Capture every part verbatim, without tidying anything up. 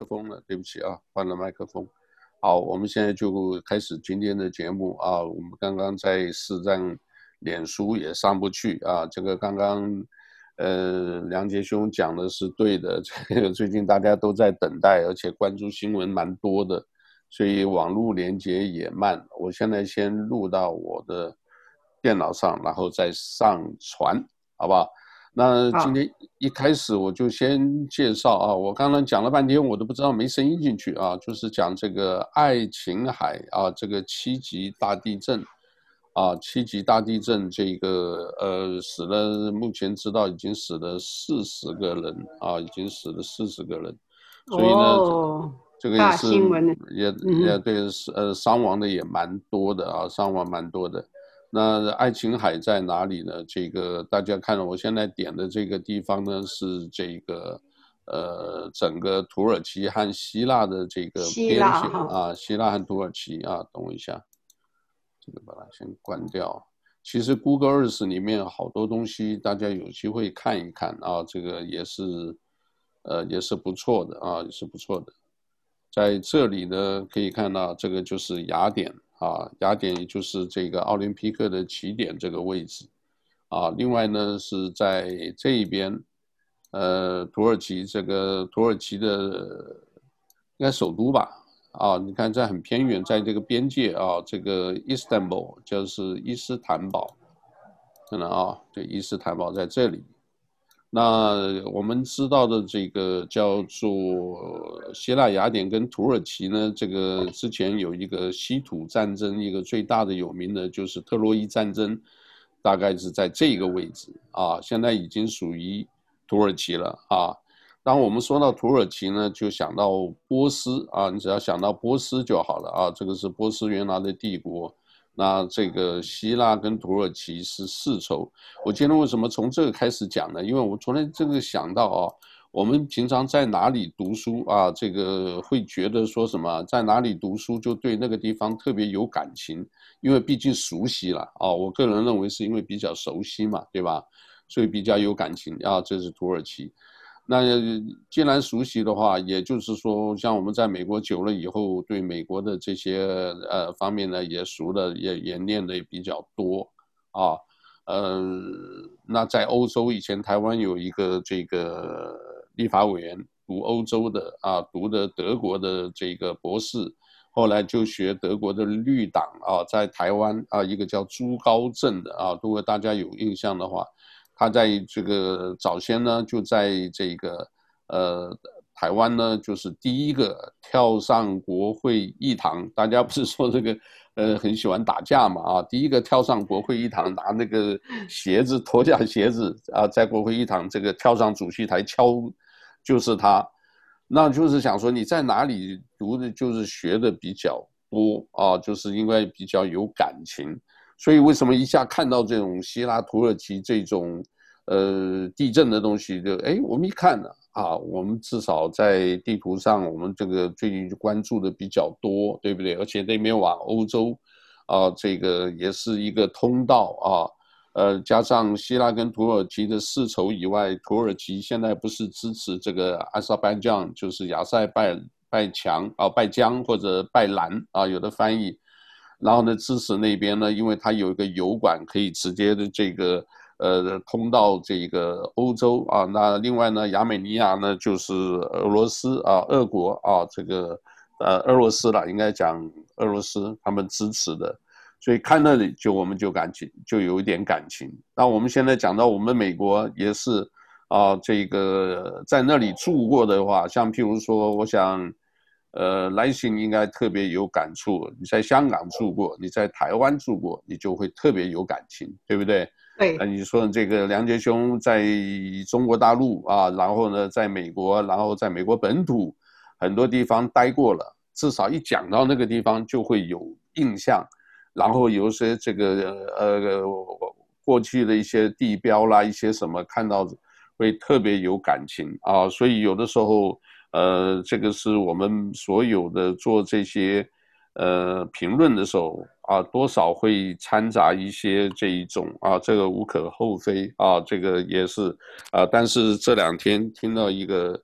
风了，对不起啊，换了麦克风。好，我们现在就开始今天的节目啊。我们刚刚在试站，脸书也上不去啊。这个刚刚，呃，梁杰兄讲的是对的。这个最近大家都在等待，而且关注新闻蛮多的，所以网络连接也慢。我现在先录到我的电脑上，然后再上传，好不好？那今好， 天一开始我就先介绍啊，我刚刚讲了半天，我都不知道没声音进去啊，就是讲这个爱琴海啊，这个七级大地震啊，七级大地震，这个呃死了，目前知道已经死了四十个人啊，已经死了四十个人，所以呢，这哦， 这个也大是新闻呢。 也也嗯， 对，呃，伤亡的也蛮多的啊，伤亡蛮多的。那爱琴海在哪里呢？这个大家看了，我现在点的这个地方呢，是这个呃整个土耳其和希腊的这个希边腊哈。 界啊，希腊和土耳其啊，等我一下，这个把它先关掉。其实 Google Earth 里面好多东西，大家有机会看一看啊，这个也是呃也是不错的啊，也是不错的。在这里呢，可以看到这个就是雅典啊，雅典也就是这个奥林匹克的起点这个位置啊。另外呢，是在这一边，呃，土耳其这个土耳其的应该首都吧？啊，你看在很偏远，在这个边界啊，这个伊斯坦堡就是伊斯坦堡，可能啊，对，伊斯坦堡在这里。那我们知道的这个叫做希腊雅典跟土耳其呢，这个之前有一个稀土战争，一个最大的有名的就是特洛伊战争，大概是在这个位置啊，现在已经属于土耳其了啊。当我们说到土耳其呢，就想到波斯啊，你只要想到波斯就好了啊，这个是波斯原来的帝国。那这个希腊跟土耳其是世仇。我今天为什么从这个开始讲呢？因为我昨天这个想到啊，我们平常在哪里读书啊，这个会觉得说什么，在哪里读书就对那个地方特别有感情，因为毕竟熟悉了啊。我个人认为是因为比较熟悉嘛，对吧？所以比较有感情啊。这是土耳其。那既然熟悉的话，也就是说，像我们在美国久了以后，对美国的这些呃方面呢，也熟的，也也念的也比较多啊。呃，那在欧洲以前，台湾有一个这个立法委员读欧洲的啊，读的德国的这个博士，后来就学德国的绿党啊，在台湾啊，一个叫朱高正的啊，如果大家有印象的话。他在这个早先呢，就在这个呃台湾呢，就是第一个跳上国会议堂。大家不是说这个呃很喜欢打架嘛啊？第一个跳上国会议堂，拿那个鞋子脱下鞋子啊，在国会议堂这个跳上主席台敲，就是他。那就是想说你在哪里读的，就是学的比较多啊，就是因为比较有感情。所以为什么一下看到这种希腊、土耳其这种呃地震的东西就，哎，我们一看呢啊，我们至少在地图上，我们这个最近关注的比较多，对不对？而且那边往欧洲啊，这个也是一个通道啊。呃，加上希腊跟土耳其的世仇以外，土耳其现在不是支持这个阿塞拜疆，就是亚塞拜拜强啊，拜疆或者拜兰啊，有的翻译。然后呢，支持那边呢，因为它有一个油管可以直接的这个呃通到这个欧洲啊。那另外呢，亚美尼亚呢就是俄罗斯啊，俄国啊，这个呃俄罗斯了，应该讲俄罗斯他们支持的。所以看那里就我们就感情就有一点感情。那我们现在讲到我们美国也是啊，这个在那里住过的话，像譬如说，我想呃，来信应该特别有感触。你在香港住过，你在台湾住过，你就会特别有感情，对不对？那对， 你说这个梁杰兄在中国大陆啊，然后呢，在美国，然后在美国本土很多地方待过了，至少一讲到那个地方就会有印象，然后有些这个呃过去的一些地标啦，一些什么看到会特别有感情啊，所以有的时候。呃，这个是我们所有的做这些呃评论的时候啊，多少会掺杂一些这一种啊，这个无可厚非啊，这个也是啊。但是这两天听到一个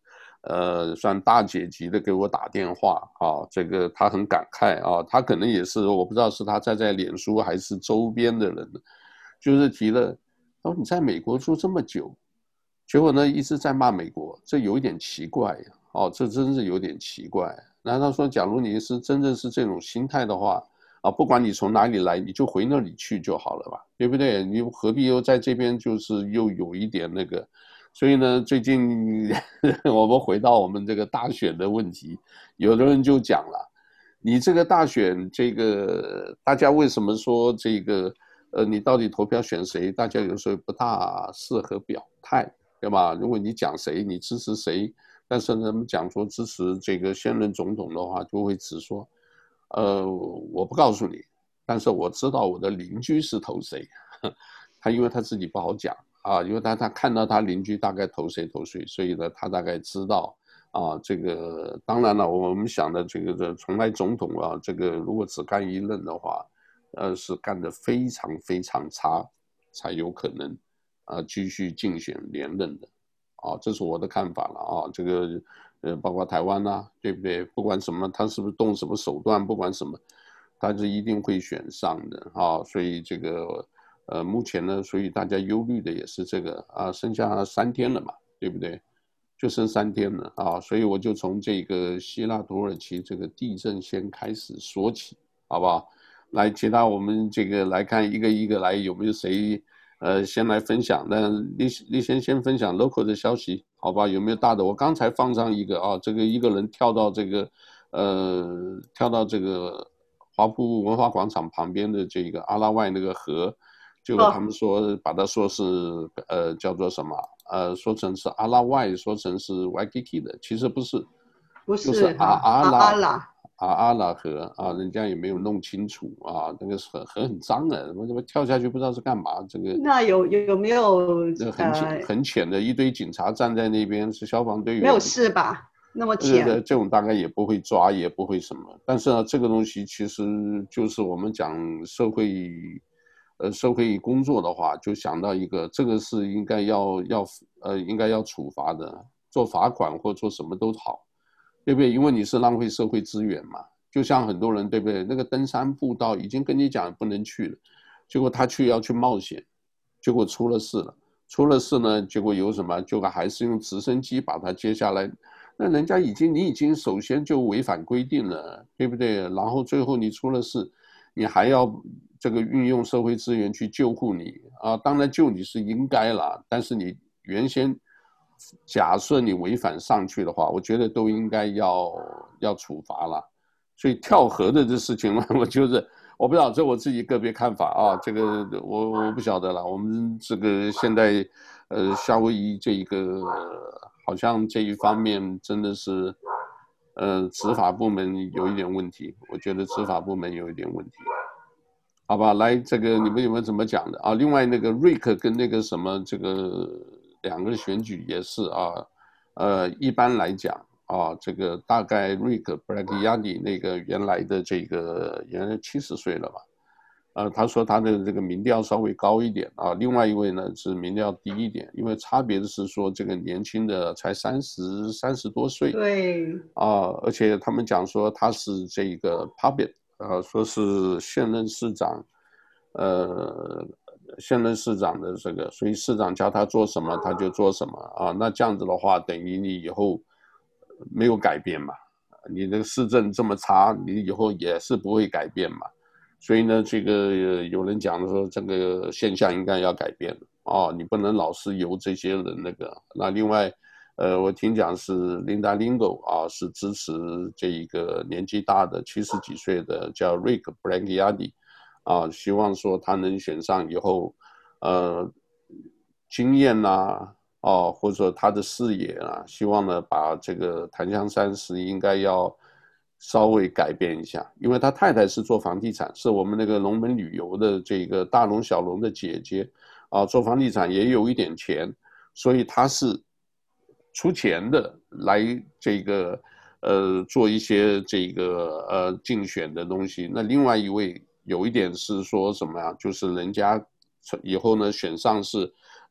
呃，算大姐级的给我打电话啊，这个他很感慨啊，他可能也是我不知道是他在在脸书还是周边的人，就是提了，他说你在美国住这么久，结果呢一直在骂美国，这有一点奇怪哦，这真是有点奇怪。那他说，假如你是真正是这种心态的话，啊，不管你从哪里来，你就回那里去就好了吧，对不对？你何必又在这边就是又有一点那个？所以呢，最近我们回到我们这个大选的问题，有的人就讲了，你这个大选，这个大家为什么说这个，呃，你到底投票选谁？大家有时候不大适合表态，对吧？如果你讲谁，你支持谁，但是呢，他们讲说支持这个现任总统的话，就会只说，呃，我不告诉你，但是我知道我的邻居是投谁，他因为他自己不好讲啊，因为他他看到他邻居大概投谁投谁，所以呢，他大概知道啊，这个当然了，我们想的这个的从来总统啊，这个如果只干一任的话，呃，是干得非常非常差，才有可能啊继续竞选连任的。啊，这是我的看法了啊。这个呃，包括台湾呐、啊，对不对？不管什么，他是不是动什么手段，不管什么，他是一定会选上的啊。所以这个呃，目前呢，所以大家忧虑的也是这个啊，剩下三天了嘛，对不对？就剩三天了啊，所以我就从这个希腊土耳其这个地震先开始说起，好不好？来，其他我们这个来看一个一个来，有没有谁？呃，先来分享，那立立先先分享 local 的消息，好吧？有没有大的？我刚才放上一个啊，这个一个人跳到这个，呃，跳到这个华埠文化广场旁边的这个阿拉外那个河，结果他们说把它说是呃叫做什么？呃，说成是阿拉外，说成是 Waikiki 的，其实不是， 不就是阿是哈，阿阿阿拉拉。 啊阿拉河啊，人家也没有弄清楚啊，那个河河很脏的，我怎么跳下去不知道是干嘛？这个那有有有没有那很浅呃很浅的一堆警察站在那边，是消防队员， 没有事吧？那么呃， 浅。 这种大概也不会抓，也不会什么。但是呢，这个东西其实就是我们讲社会，呃，社会工作的话，就想到一个，这个是应该要要呃应该要处罚的，做罚款或做什么都好，对不对？因为你是浪费社会资源嘛。就像很多人，对不对？那个登山步道已经跟你讲不能去了，结果他去要去冒险，结果出了事了。出了事呢，结果有什么？结果还是用直升机把他接下来。那人家已经，你已经首先就违反规定了，对不对？然后最后你出了事，你还要这个运用社会资源去救护你啊！当然救你是应该了，但是你原先假设你违反上去的话，我觉得都应该要要处罚了。所以跳河的这事情嘛，我就是我不知道，这我自己个别看法啊，这个我我不晓得了。我们这个现在呃夏威夷这一个好像这一方面真的是呃执法部门有一点问题，我觉得执法部门有一点问题。好吧，来这个你们有没有怎么讲的啊？另外那个瑞克跟那个什么这个两个选举也是啊，呃，一般来讲啊，这个大概瑞克布莱克亚尼那个原来的这个原来七十岁了吧，呃，他说他的这个民调稍微高一点啊，另外一位呢是民调低一点，因为差别的是说这个年轻的才三十三十多岁对。 啊，而且他们讲说他是这个 puppet。呃，说是现任市长，呃，现任市长的这个，所以市长叫他做什么他就做什么啊。那这样子的话，等于你以后没有改变嘛，你的市政这么差，你以后也是不会改变嘛。所以呢，这个有人讲说这个现象应该要改变哦，你不能老是由这些人那个。那另外。呃，我听讲是 Linda Lingo 啊，是支持这一个年纪大的七十几岁的叫 Rick Blangiardi 啊，希望说他能选上以后，呃，经验呐、啊，哦，或者说他的视野啊，希望呢把这个檀香山是应该要稍微改变一下，因为他太太是做房地产，是我们那个龙门旅游的这个大龙小龙的姐姐啊，做房地产也有一点钱，所以他是。出钱的来这个呃做一些这个呃竞选的东西。那另外一位有一点是说什么呀？就是人家以后呢选上是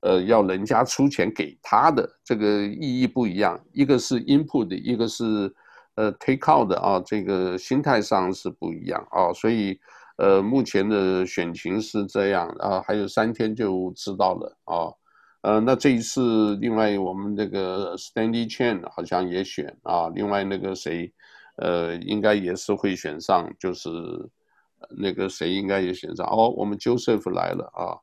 呃，要人家出钱给他的，这个意义不一样。一个是 input， 一个是呃 take out 的啊，这个心态上是不一样啊。所以呃，目前的选情是这样啊，还有三天就知道了啊。呃，那这一次，另外我们这个 Stanley Chen 好像也选啊，另外那个谁，呃，应该也是会选上，就是那个谁应该也选上。哦，我们 Joseph 来了啊。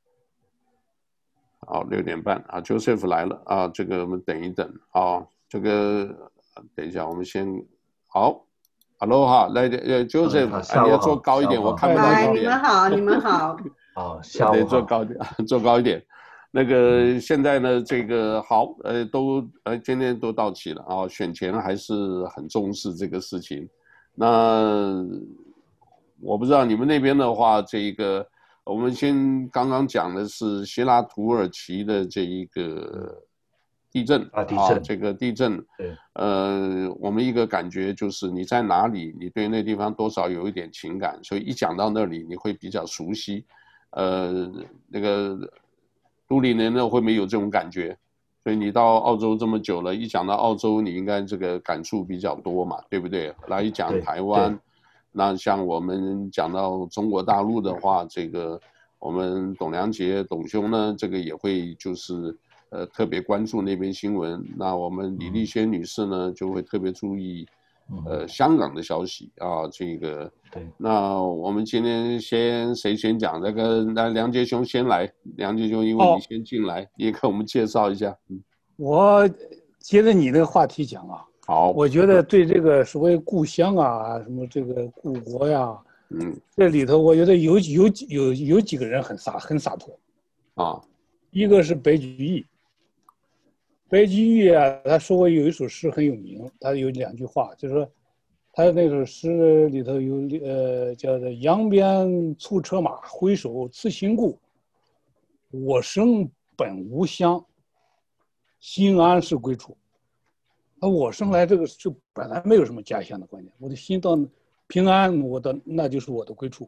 好，六点半啊 ，Joseph 来了啊，这个我们等一等啊，这个等一下，我们先好 ，Hello 哈，来呃 Joseph，啊，你要坐高一点，我看不到嗨， 你脸。 你们好，你们好。 好，下午得好。 坐高一点，坐高一点。那个现在呢，这个好，呃，都呃今天都到齐了啊，选前还是很重视这个事情。那我不知道你们那边的话，这一个。我们先刚刚讲的是希腊土耳其的这一个地震啊，地震， 啊，这个地震， 对， 呃，我们一个感觉就是你在哪里，你对那地方多少有一点情感，所以一讲到那里，你会比较熟悉。呃，那个都灵人呢会没有这种感觉，所以你到澳洲这么久了，一讲到澳洲，你应该这个感触比较多嘛，对不对？来讲台湾。那像我们讲到中国大陆的话，这个我们董良杰董兄呢，这个也会就是呃特别关注那边新闻。那我们李丽仙女士呢，就会特别注意呃香港的消息啊。这个， 对。 那我们今天先谁先讲？这个那梁杰兄先来，梁杰兄，因为你先进来，你也给我们介绍一下。嗯， 我接着你那个话题讲啊。 好， 我觉得对这个所谓故乡啊，什么这个故国呀， 嗯， 这里头我觉得有有有有几个人很洒很洒脱， 啊， 一个是白居易。白居易啊，他说过有一首诗很有名，他有两句话，就是说，他那首诗里头有呃叫做“扬鞭促车马，回首思亲故。我生本无乡，心安是归处。”那我生来这个就本来没有什么家乡的观念，我的心到平安，我的那就是我的归处。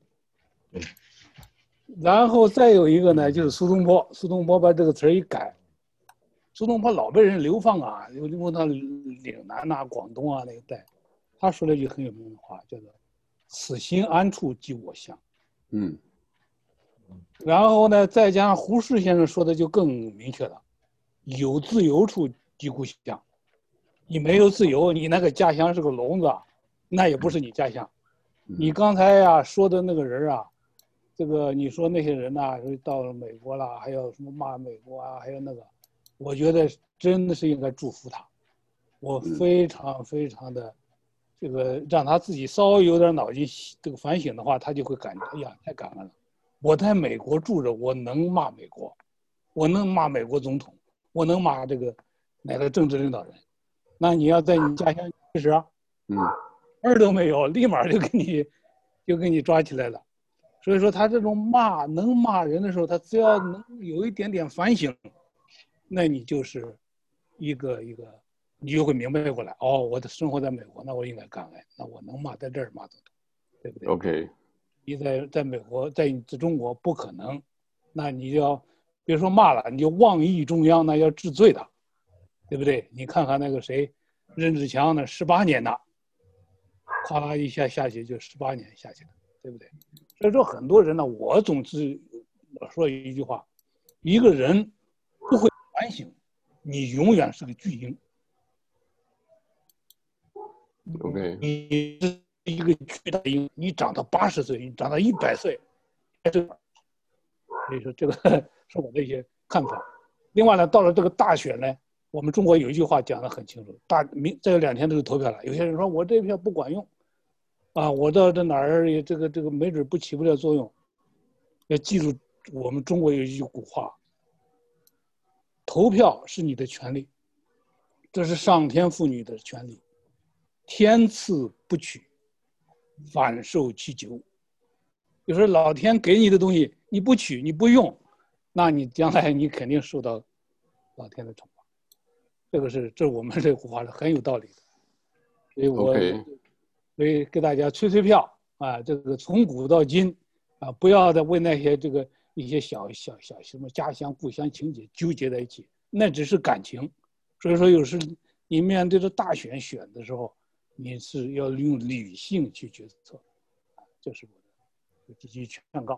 然后再有一个呢，就是苏东坡，苏东坡把这个词儿一改，苏东坡老被人流放啊，流放到岭南呐、啊、广东啊那一带，他说了一句很有名的话，叫做“此心安处即我乡”。 嗯， 然后呢，再加上胡适先生说的就更明确了，“有自由处即故乡”。你没有自由，你那个家乡是个笼子，那也不是你家乡。你刚才呀、啊、说的那个人啊，这个你说那些人呐、啊，到了美国了，还有什么骂美国啊，还有那个，我觉得真的是应该祝福他。我非常非常的，这个让他自己稍微有点脑筋这个反省的话，他就会感觉哎呀太感恩了。我在美国住着，我能骂美国，我能骂美国总统，我能骂这个哪个政治领导人。那你要在你家乡其实啊， 嗯， 门都没有，立马就给你，就给你抓起来了。所以说他这种骂能骂人的时候，他只要能有一点点反省，那你就是一个一个，你就会明白过来。哦，我的生活在美国，那我应该感恩，那我能骂在这儿骂总统，对不对 ？OK。 你在在美国，在在中国不可能，那你就要别说骂了，你就妄议中央，那要治罪的。对不对？你看看那个谁，任志强呢，十八年的，哗啦一下下去就十八年下去了，对不对？所以说很多人呢，我总是我说一句话，一个人不会反省，你永远是个巨婴。 OK， 你是一个巨大的婴，你长到八十岁，你长到一百岁，所以说这个是我的一些看法。另外呢，到了这个大选呢。我们中国有一句话讲得很清楚，大明这两天都是投票了。有些人说我这票不管用，啊，我到这哪儿也这个这个没准不起不了作用。要记住，我们中国有一句古话：投票是你的权利，这是上天赋予的权利，天赐不取，反受其咎。有时候老天给你的东西你不取你不用，那你将来你肯定受到老天的惩罚。这个是，这我们这古话是很有道理的，所以我， Okay. 所以给大家催催票啊，这个从古到今啊，不要再为那些这个一些小小小什么家乡、故乡情节纠结在一起，那只是感情。所以说，有时你面对着大选选的时候，你是要用理性去决策，这是我的积极劝告。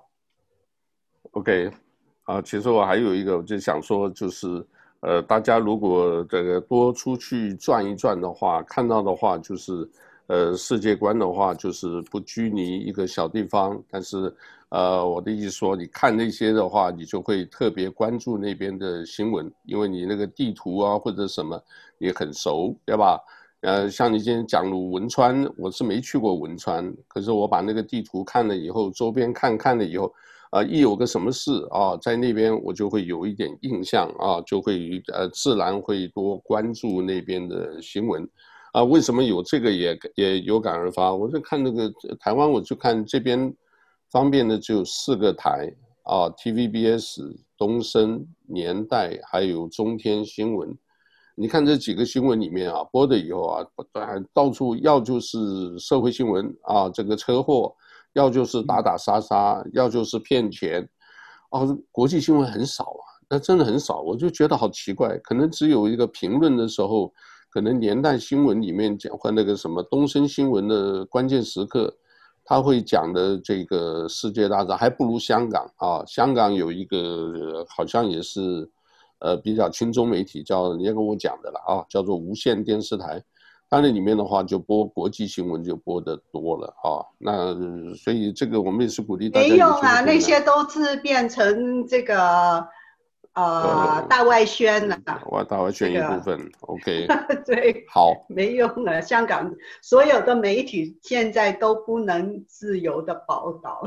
OK， 啊，其实我还有一个，我就想说，就是呃，大家如果这个多出去转一转的话，看到的话，就是呃，世界观的话，就是不拘泥一个小地方，但是呃，我的意思说，你看那些的话，你就会特别关注那边的新闻，因为你那个地图啊或者什么你很熟，对吧？呃，像你今天讲了汶川，我是没去过汶川，可是我把那个地图看了以后，周边看看了以后，啊、呃，一有个什么事啊，在那边我就会有一点印象啊，就会呃自然会多关注那边的新闻，啊，为什么有这个也也有感而发？我就看那个台湾，我就看这边方便的只有四个台啊 ，T V B S、东森、年代还有中天新闻。你看这几个新闻里面啊，播的以后啊，到处要就是社会新闻啊，这个车祸，要就是打打杀杀，要就是骗钱，哦，国际新闻很少啊，那真的很少，我就觉得好奇怪，可能只有一个评论的时候，可能年代新闻里面讲或那个什么东森新闻的关键时刻，他会讲的这个世界大战还不如香港啊，香港有一个好像也是。呃，比较亲中媒体叫你也跟我讲的了啊，叫做无线电视台，它那里面的话就播国际新闻就播得多了啊。那所以这个我们也是鼓励大家。 没用啊，那些都是变成这个呃大外宣了。 哇，大外宣一部分、这个、，OK 。 对， 好， 没用了。香港所有的媒体现在都不能自由的报道。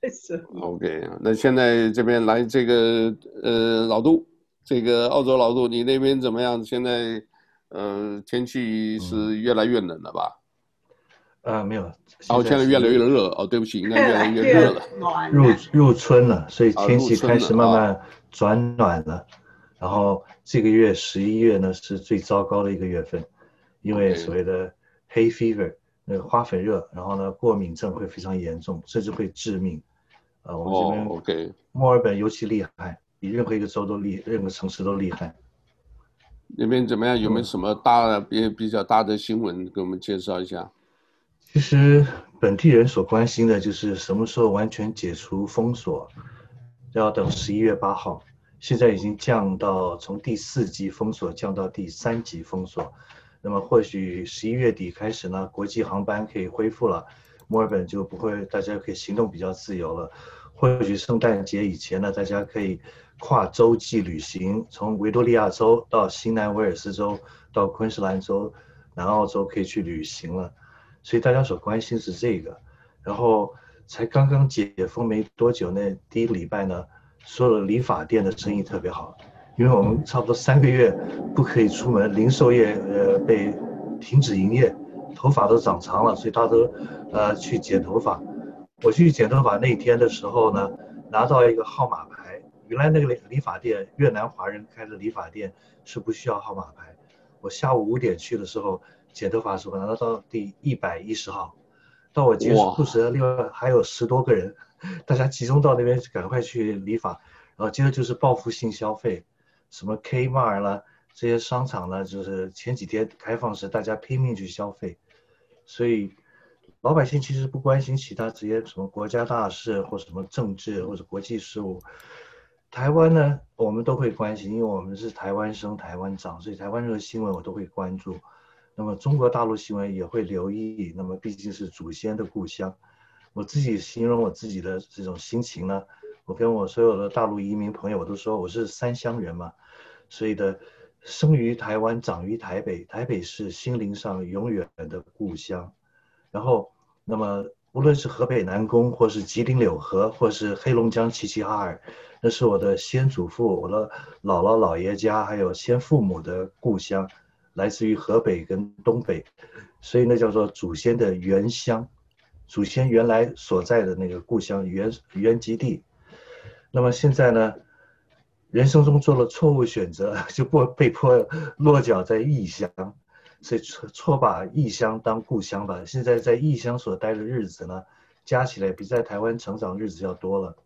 OK， 那现在这边来这个呃老杜。这个澳洲老杜，你那边怎么样？现在，呃，天气是越来越冷了吧？ 嗯、呃，没有。 哦，现在越来越热哦，对不起，应该越来越热了。 入入春了，所以天气开始慢慢转暖了。啊、然后这个月十一月呢是最糟糕的一个月份，因为所谓的 hay fever 那个花粉热，然后呢过敏症会非常严重，甚至会致命。呃，我们这边 OK， 墨尔本尤其厉害。比任何一个州都厉，任何城市都厉害。 那边怎么样？有没有什么大的、比比较大的新闻给我们介绍一下？ 其实本地人所关心的就是什么时候完全解除封锁，要等十一月八号。现在已经降到从第四级封锁降到第三级封锁，那么或许十一月底开始呢，国际航班可以恢复了，墨尔本就不会，大家可以行动比较自由了。或许圣诞节以前呢，大家可以跨洲际旅行，从维多利亚州到新南威尔斯州，到昆士兰州、南澳洲可以去旅行了。所以大家所关心是这个。然后才刚刚解封没多久，那第一个礼拜呢，所有的理发店的生意特别好，因为我们差不多三个月不可以出门，零售业呃被停止营业，头发都长长了，所以大家都呃去剪头发。我去剪头发那天的时候呢，拿到一个号码牌。原来那个理发店，越南华人开的理发店是不需要号码牌。我下午五点去的时候，剪头发的时候拿到第一百一十号。到我结束时，另外还有十多个人，大家集中到那边赶快去理发。然后接着就是报复性消费，什么 Kmart 啦，这些商场呢，就是前几天开放时大家拼命去消费，所以。老百姓其实不关心其他这些什么国家大事或什么政治或者国际事务。台湾呢，我们都会关心，因为我们是台湾生台湾长，所以台湾这个新闻我都会关注。那么中国大陆新闻也会留意，那么毕竟是祖先的故乡。我自己形容我自己的这种心情呢，我跟我所有的大陆移民朋友我都说我是三乡人嘛，所以的生于台湾长于台北，台北是心灵上永远的故乡。然后那么无论是河北南宫或是吉林柳河或是黑龙江齐齐哈尔，那是我的先祖父我的姥姥姥爷家还有先父母的故乡，来自于河北跟东北，所以那叫做祖先的原乡，祖先原来所在的那个故乡原原籍地。那么现在呢，人生中做了错误选择，就不被迫落脚在异乡，所以错把异乡当故乡吧。现在在异乡所待的日子呢，加起来比在台湾成长日子要多了，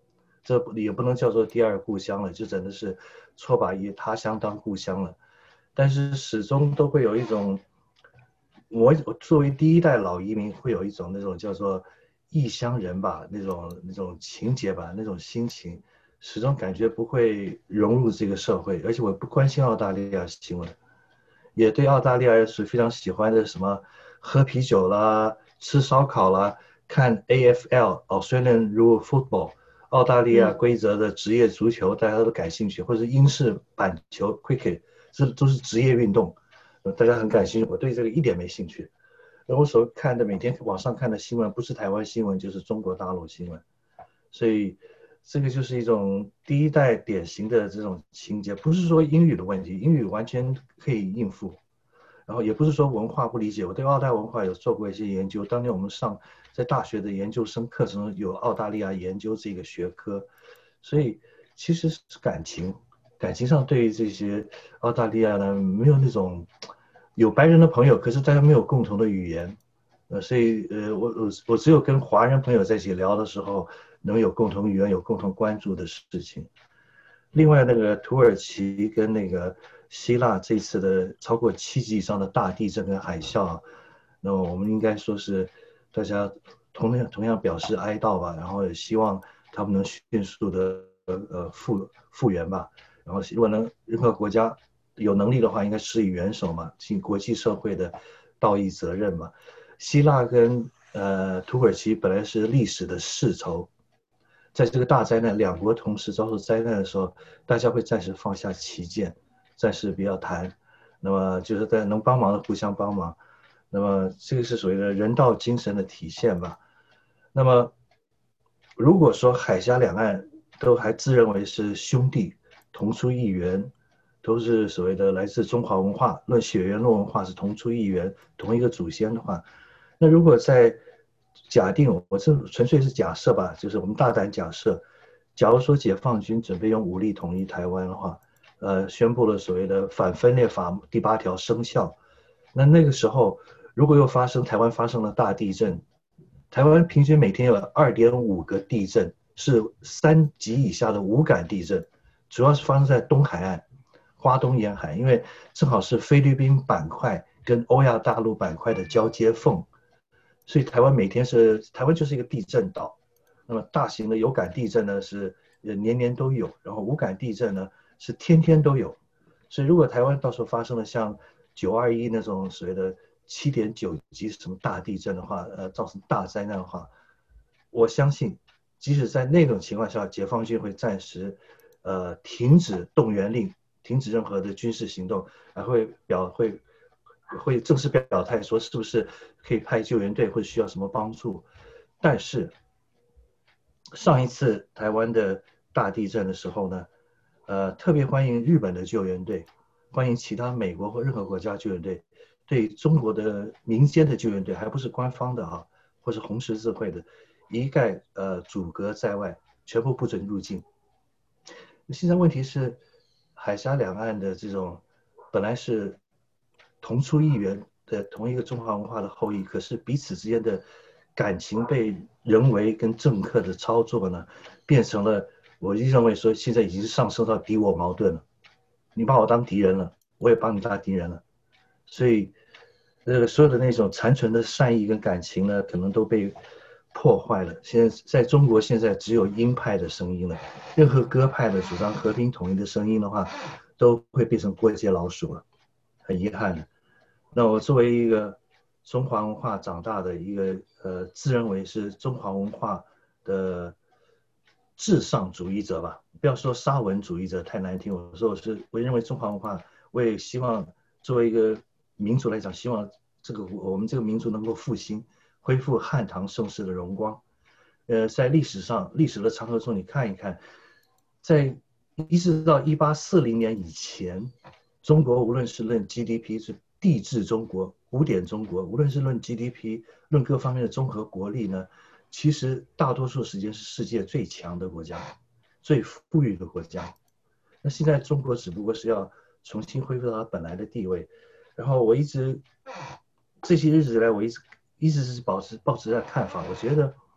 这也不能叫做第二故乡了，就真的是错把以他乡当故乡了。但是始终都会有一种，我作为第一代老移民会有一种那种叫做异乡人吧，那种那种情节吧，那种心情，始终感觉不会融入这个社会，而且我不关心澳大利亚新闻，也对澳大利亚是非常喜欢的，什么喝啤酒啦、吃烧烤啦、看 A F L Australian Rule Football 澳大利亚规则的职业足球，大家都感兴趣，或者英式板球 Cricket。这都是职业运动，大家很感兴趣。我对这个一点没兴趣。我所看的每天网上看的新闻，不是台湾新闻就是中国大陆新闻，所以这个就是一种第一代典型的这种情节。不是说英语的问题，英语完全可以应付，然后也不是说文化不理解。我对澳大文化有做过一些研究，当年我们上在大学的研究生课程有澳大利亚研究这个学科，所以其实是感情。感情上对于这些澳大利亚呢，没有那种有白人的朋友，可是大家没有共同的语言，呃，所以呃，我我我只有跟华人朋友在一起聊的时候，能有共同语言，有共同关注的事情。另外，那个土耳其跟那个希腊这次的超过七级以上的大地震跟海啸，那么我们应该说是大家同样同样表示哀悼吧，然后也希望他们能迅速的呃复复原吧。然后，如果能任何国家有能力的话，应该施以援手嘛，尽国际社会的道义责任嘛。希腊跟呃土耳其本来是历史的世仇，在这个大灾难，两国同时遭受灾难的时候，大家会暂时放下歧见，暂时不要谈，那么就是在能帮忙的互相帮忙，那么这个是所谓的人道精神的体现吧。那么，如果说海峡两岸都还自认为是兄弟。同出一源，都是所谓的来自中华文化，论血缘论文化是同出一源，同一个祖先的话，那如果在假定，我这纯粹是假设吧，就是我们大胆假设，假如说解放军准备用武力统一台湾的话，呃，宣布了所谓的反分裂法第八条生效，那那个时候如果又发生台湾发生了大地震，台湾平均每天有二点五个地震，是三级以下的无感地震。主要是发生在东海岸、花东沿海，因为正好是菲律宾板块跟欧亚大陆板块的交接缝，所以台湾每天是台湾就是一个地震岛。那么大型的有感地震呢是年年都有，然后无感地震呢是天天都有。所以如果台湾到时候发生了像九二一那种所谓的七点九级什么大地震的话，呃，造成大灾难的话，我相信即使在那种情况下，解放军会暂时。呃，停止动员令，停止任何的军事行动，还会表会会正式表态说是不是可以派救援队或者需要什么帮助。但是上一次台湾的大地震的时候呢，呃，特别欢迎日本的救援队，欢迎其他美国或任何国家救援队，对中国的民间的救援队，还不是官方的啊，或是红十字会的，一概呃阻隔在外，全部不准入境。现在问题是，海峡两岸的这种本来是同出一源的同一个中华文化的后裔，可是彼此之间的感情被人为跟政客的操作呢，变成了我认为说现在已经上升到敌我矛盾了。你把我当敌人了，我也把你当敌人了，所以这个所有的那种残存的善意跟感情呢，可能都被破坏了。现在在中国，现在只有鹰派的声音了，任何鸽派的主张和平统一的声音的话，都会变成过街老鼠了，很遗憾的。那我作为一个中华文化长大的一个呃，自认为是中华文化的至上主义者吧，不要说沙文主义者太难听，我说我是我认为中华文化，我也希望作为一个民族来讲，希望这个我们这个民族能够复兴。恢复汉唐盛世的荣光，呃，在历史上历史的长河中，你看一看，在一直到一八四零年以前，中国无论是论 G D P 是帝制中国、古典中国，无论是论 G D P 论各方面的综合国力呢，其实大多数时间是世界最强的国家，最富裕的国家。那现在中国只不过是要重新恢复到它本来的地位。然后我一直这些日子以来，我一直。一直是保持保持着看法，我觉得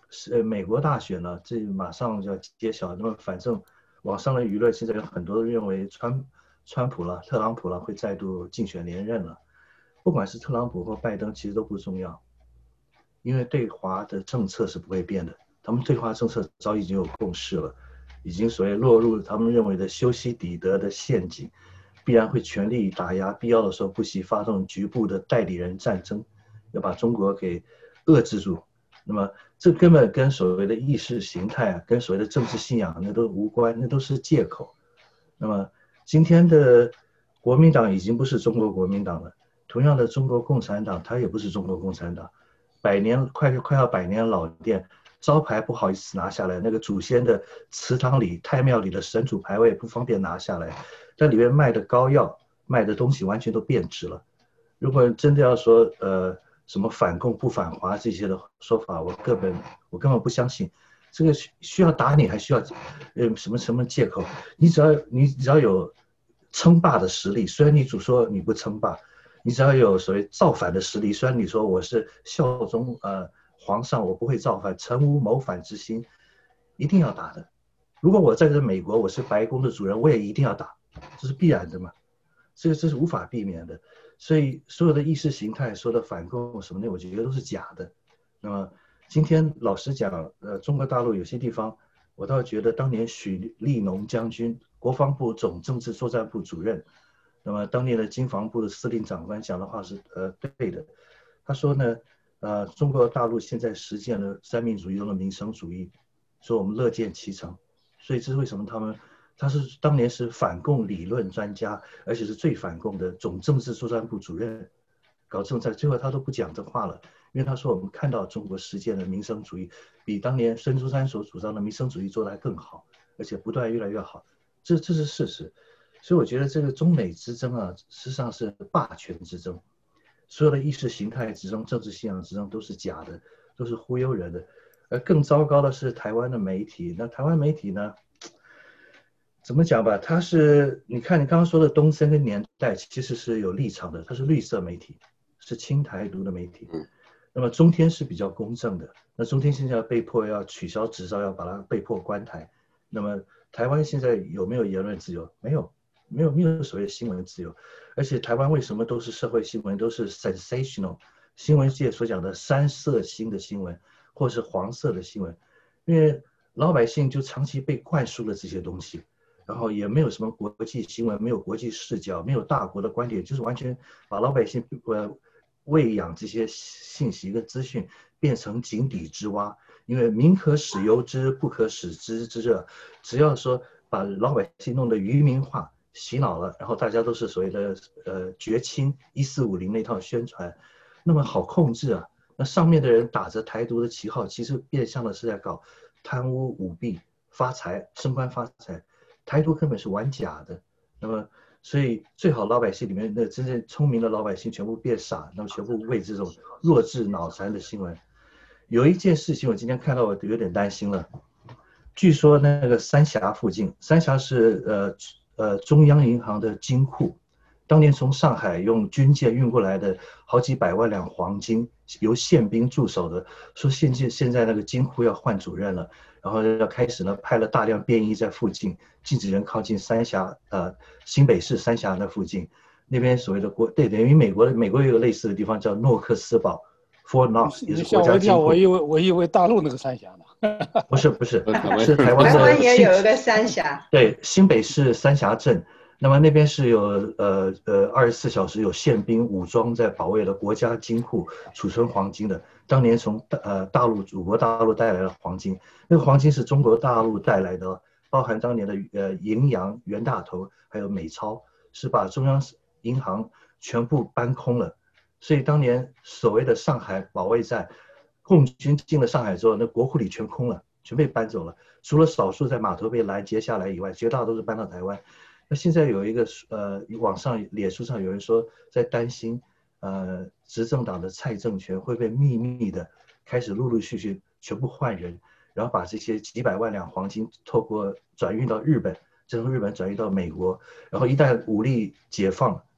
是呃美国大选呢，这马上就要揭晓。那么反正网上的舆论现在有很多人认为川川普了、特朗普了会再度竞选连任了。不管是特朗普或拜登，其实都不重要，因为对华的政策是不会变的。他们对华政策早已经有共识了，已经所谓落入他们认为的修昔底德的陷阱，必然会全力打压，必要的时候不惜发动局部的代理人战争，要把中国给遏制住。那么这根本跟所谓的意识形态啊，跟所谓的政治信仰那都无关，那都是借口。那么今天的国民党已经不是中国国民党了，同样的中国共产党它也不是中国共产党，百年快快要百年老店，招牌不好意思拿下来，那个祖先的祠堂里、太庙里的神主牌位不方便拿下来，但里面卖的膏药、卖的东西完全都变质了。如果真的要说呃什么反共不反华这些的说法，我根本我根本不相信。这个需要打你，还需要呃什么什么借口？你只要你只要有称霸的实力，虽然你主说你不称霸，你只要有所谓造反的实力，虽然你说我是效忠呃皇上，我不会造反，诚无谋反之心，一定要打的。如果我在这美国，我是白宫的主人，我也一定要打，这是必然的嘛，这个这是无法避免的。所以所有的意识形态、所有的反共什么的，我觉得都是假的。那么今天老实讲，呃，中国大陆有些地方，我倒觉得当年许立农将军，国防部总政治作战部主任，那么当年的经防部的司令长官讲的话是呃对的。他说呢，呃，中国大陆现在实践了三民主义中的民生主义，说我们乐见其成。所以这是为什么他们。他是当年是反共理论专家，而且是最反共的总政治作战部主任，搞政策，最后他都不讲这话了，因为他说我们看到中国实践的民生主义比当年孙中山所主张的民生主义做得还更好，而且不断越来越好，这这是事实。所以我觉得这个中美之争啊，实际上是霸权之争，所有的意识形态之争、政治信仰之争都是假的，都是忽悠人的。而更糟糕的是台湾的媒体，那台湾媒体呢？怎么讲吧，它是你看你刚刚说的东森跟年代其实是有立场的，它是绿色媒体，是亲台独的媒体。那么中天是比较公正的，那中天现在被迫要取消执照，要把它被迫关台。那么台湾现在有没有言论自由？没有，没有没有所谓的新闻自由。而且台湾为什么都是社会新闻，都是 sensational 新闻界所讲的三色星的新闻，或是黄色的新闻？因为老百姓就长期被灌输了这些东西。然后也没有什么国际新闻，没有国际视角，没有大国的观点，就是完全把老百姓呃喂养这些信息跟资讯变成井底之蛙。因为民可使由之，不可使知之热。只要说把老百姓弄得愚民化、洗脑了，然后大家都是所谓的呃绝亲一四五零那套宣传，那么好控制啊。那上面的人打着台独的旗号，其实变相的是在搞贪污舞弊、发财、升官发财。台独根本是玩假的，那么所以最好老百姓里面那真正聪明的老百姓全部变傻，那么全部为这种弱智脑残的新闻。有一件事情我今天看到我有点担心了，据说那个三峡附近，三峡是呃呃中央银行的金库，当年从上海用军舰运过来的好几百万两黄金，由宪兵驻守的，说现在现在那个金库要换主任了。然后要开始呢，派了大量便衣在附近，禁止人靠近三峡，呃，新北市三峡那附近，那边所谓的国，对，等于美国的美国有个类似的地方叫诺克斯堡 ，Fort Knox 也是国家金库。 我以为我以为大陆那个三峡呢。 不是不是，是台湾的。 台湾也有一个三峡。 对，新北市三峡镇。那么那边是有呃呃二十四小时有宪兵武装在保卫了国家金库储存黄金的。当年从呃大陆祖国大陆带来了黄金，那个黄金是中国大陆带来的，包含当年的呃银洋、袁大头还有美钞，是把中央银行全部搬空了。所以当年所谓的上海保卫战，共军进了上海之后，那国库里全空了，全被搬走了，除了少数在码头被拦截下来以外，绝大多数搬到台湾。那现在有一个呃，网上脸书上有人说在担心，呃，执政党的蔡政权会被秘密的开始陆陆续续全部换人，然后把这些几百万两黄金透过转运到日本，再从日本转运到美国，然后一旦武力解放，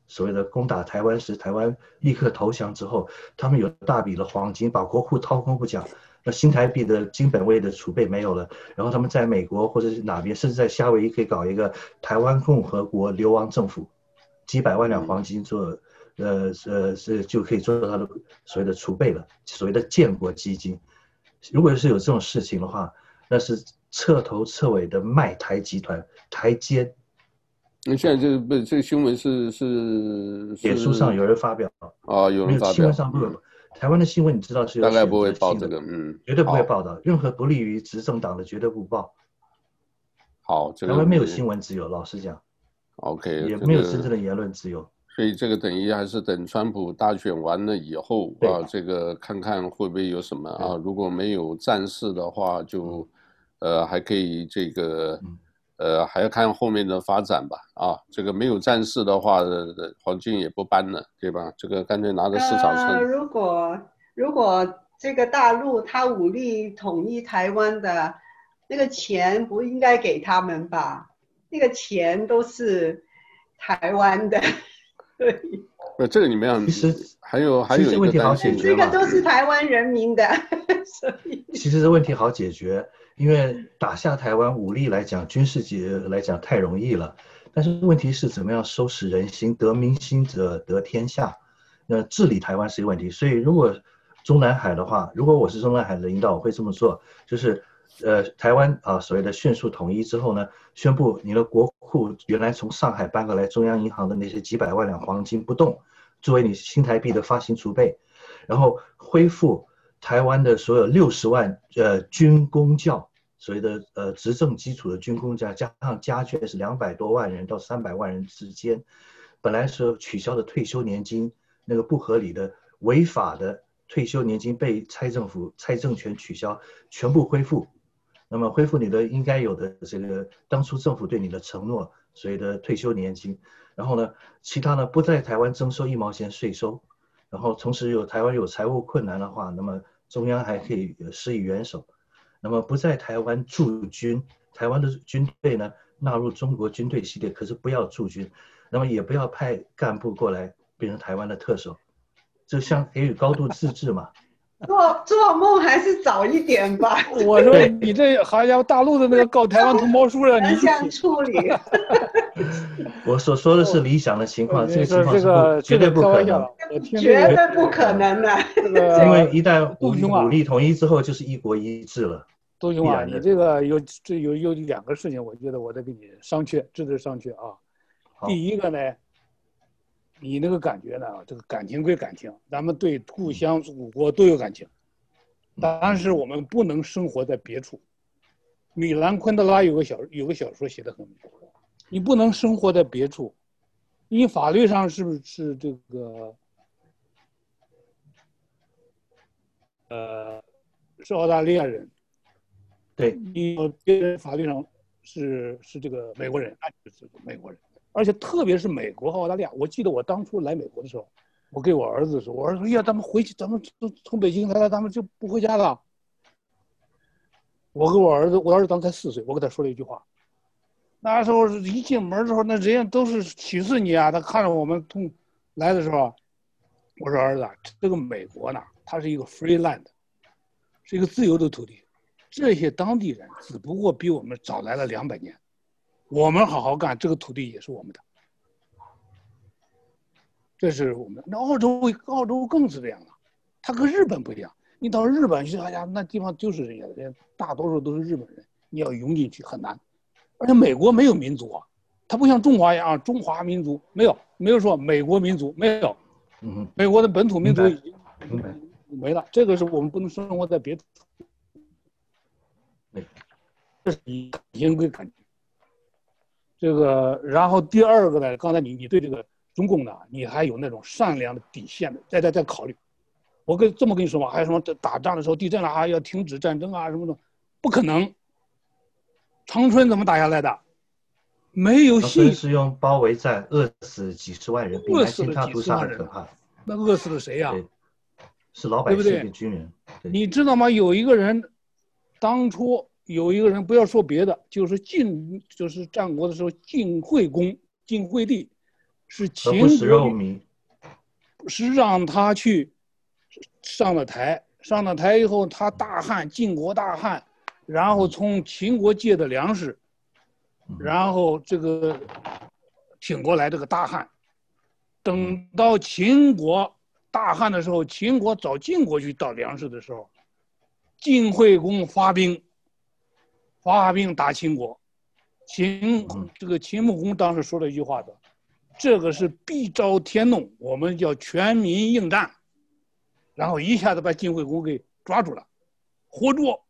所谓的攻打台湾时，台湾立刻投降之后，他们有大笔的黄金，把国库掏空不讲，那新台币的金本位的储备没有了，然后他们在美国或者是哪边，甚至在夏威夷可以搞一个台湾共和国流亡政府，几百万两黄金做，呃呃是就可以做他的所谓的储备了，所谓的建国基金。如果是有这种事情的话，那是彻头彻尾的卖台集团，台奸。 那现在这个不，这个新闻是是脸书上有人发表啊，有人发表， 新闻上不会。台湾的新闻你知道是有大概不会报这个，嗯， 绝对不会报道，任何不利于执政党的绝对不报。 好，这个台湾没有新闻自由，老实讲 ，OK， 也没有真正的言论自由。 所以这个等于还是等川普大选完了以后啊，这个看看会不会有什么啊？如果没有战事的话，就呃还可以这个。嗯呃，还要看后面的发展吧。啊，这个没有战事的话，黄金也不搬了，对吧？这个干脆拿着市场上。 呃，如果如果这个大陆他武力统一台湾的，那个钱不应该给他们吧？那个钱都是台湾的。对。 不，这个里面其实还有还有一个担心， 这个都是台湾人民的。所以其实这问题好解决。因为打下台湾武力来讲，军事级来讲太容易了，但是问题是怎么样收拾人心，得民心者得天下。那治理台湾是一个问题，所以如果中南海的话，如果我是中南海的领导，我会这么做，就是呃台湾啊所谓的迅速统一之后呢，宣布你的国库原来从上海搬过来中央银行的那些几百万两黄金不动，作为你新台币的发行储备，然后恢复台湾的所有六十万呃军公教。所谓的呃执政基础的军公教加上家眷是两百多万人到三百万人之间，本来是取消的退休年金，那个不合理的违法的退休年金被蔡政府蔡政权取消，全部恢复。那么恢复你的应该有的这个当初政府对你的承诺，所谓的退休年金。然后呢，其他呢不在台湾征收一毛钱税收，然后同时有台湾有财务困难的话，那么中央还可以施以援手。那么不在台湾驻军，台湾的军队呢纳入中国军队系列，可是不要驻军，那么也不要派干部过来变成台湾的特首，这像给予高度自治嘛。 做做梦还是早一点吧。 我说你这好像大陆的那个告台湾同胞书了，你这样处理。 我所说的是理想的情况，这个情况是不绝对不可能， 绝对不可能的。 因为一旦武力武力统一之后，就是一国一制了。 杜兄啊，你这个有这有有两个事情，我觉得我得给你商榷，值得商榷啊。第一个呢，你那个感觉呢，这个感情归感情，咱们对故乡祖国都有感情，但是我们不能生活在别处。米兰昆德拉有个小有个小说写得很好，你不能生活在别处，因为法律上是不是这个呃是澳大利亚人， 对， 你别人法律上是是这个美国人，那就是美国人。而且特别是美国和澳大利亚，我记得我当初来美国的时候，我给我儿子说，我儿子说呀，咱们回去，咱们从北京来了，咱们就不回家了。我给我儿子，我儿子当时才四岁，我给他说了一句话，那时候一进门的时候，那人家都是歧视你啊，他看着我们从来的时候，我说儿子，这个美国呢，它是一个 free land， 是一个自由的土地，这些当地人只不过比我们早来了两百年。我们好好干，这个土地也是我们的，这是我们的。那澳洲，澳洲更是这样了，它跟日本不一样。你到日本去，哎呀，那地方就是人家的，大多数都是日本人，你要融进去很难。而且美国没有民族啊，它不像中华一样，中华民族没有，没有说美国民族没有， 嗯， 美国的本土民族已经没了。这个是我们不能生活在别处，这是以感情归感情。这个，然后第二个呢，刚才你你对这个中共呢，你还有那种善良的底线的，再再再考虑。我跟这么跟你说吧，还有什么打仗的时候地震了啊，要停止战争啊什么的，不可能。长春怎么打下来的？没有信。 长春是用包围战，饿死几十万人，比南京大屠杀可怕。 那饿死了谁呀、 啊？是老百姓跟军人。 对对你知道吗？有一个人，当初。有一个人，不要说别的，就是晋，就是战国的时候，晋惠公、晋惠帝， 是秦何不食肉国糜？ 是让他去上了台，上了台以后，他大汉晋国大汉，然后从秦国借的粮食，然后这个挺过来这个大汉。等到秦国大汉的时候，秦国找晋国去盗粮食的时候，晋惠公发兵，发兵打秦国。秦这个秦穆公当时说了一句话的，这个是必招天弄，我们叫全民应战，然后一下子把晋惠公给抓住了，活捉。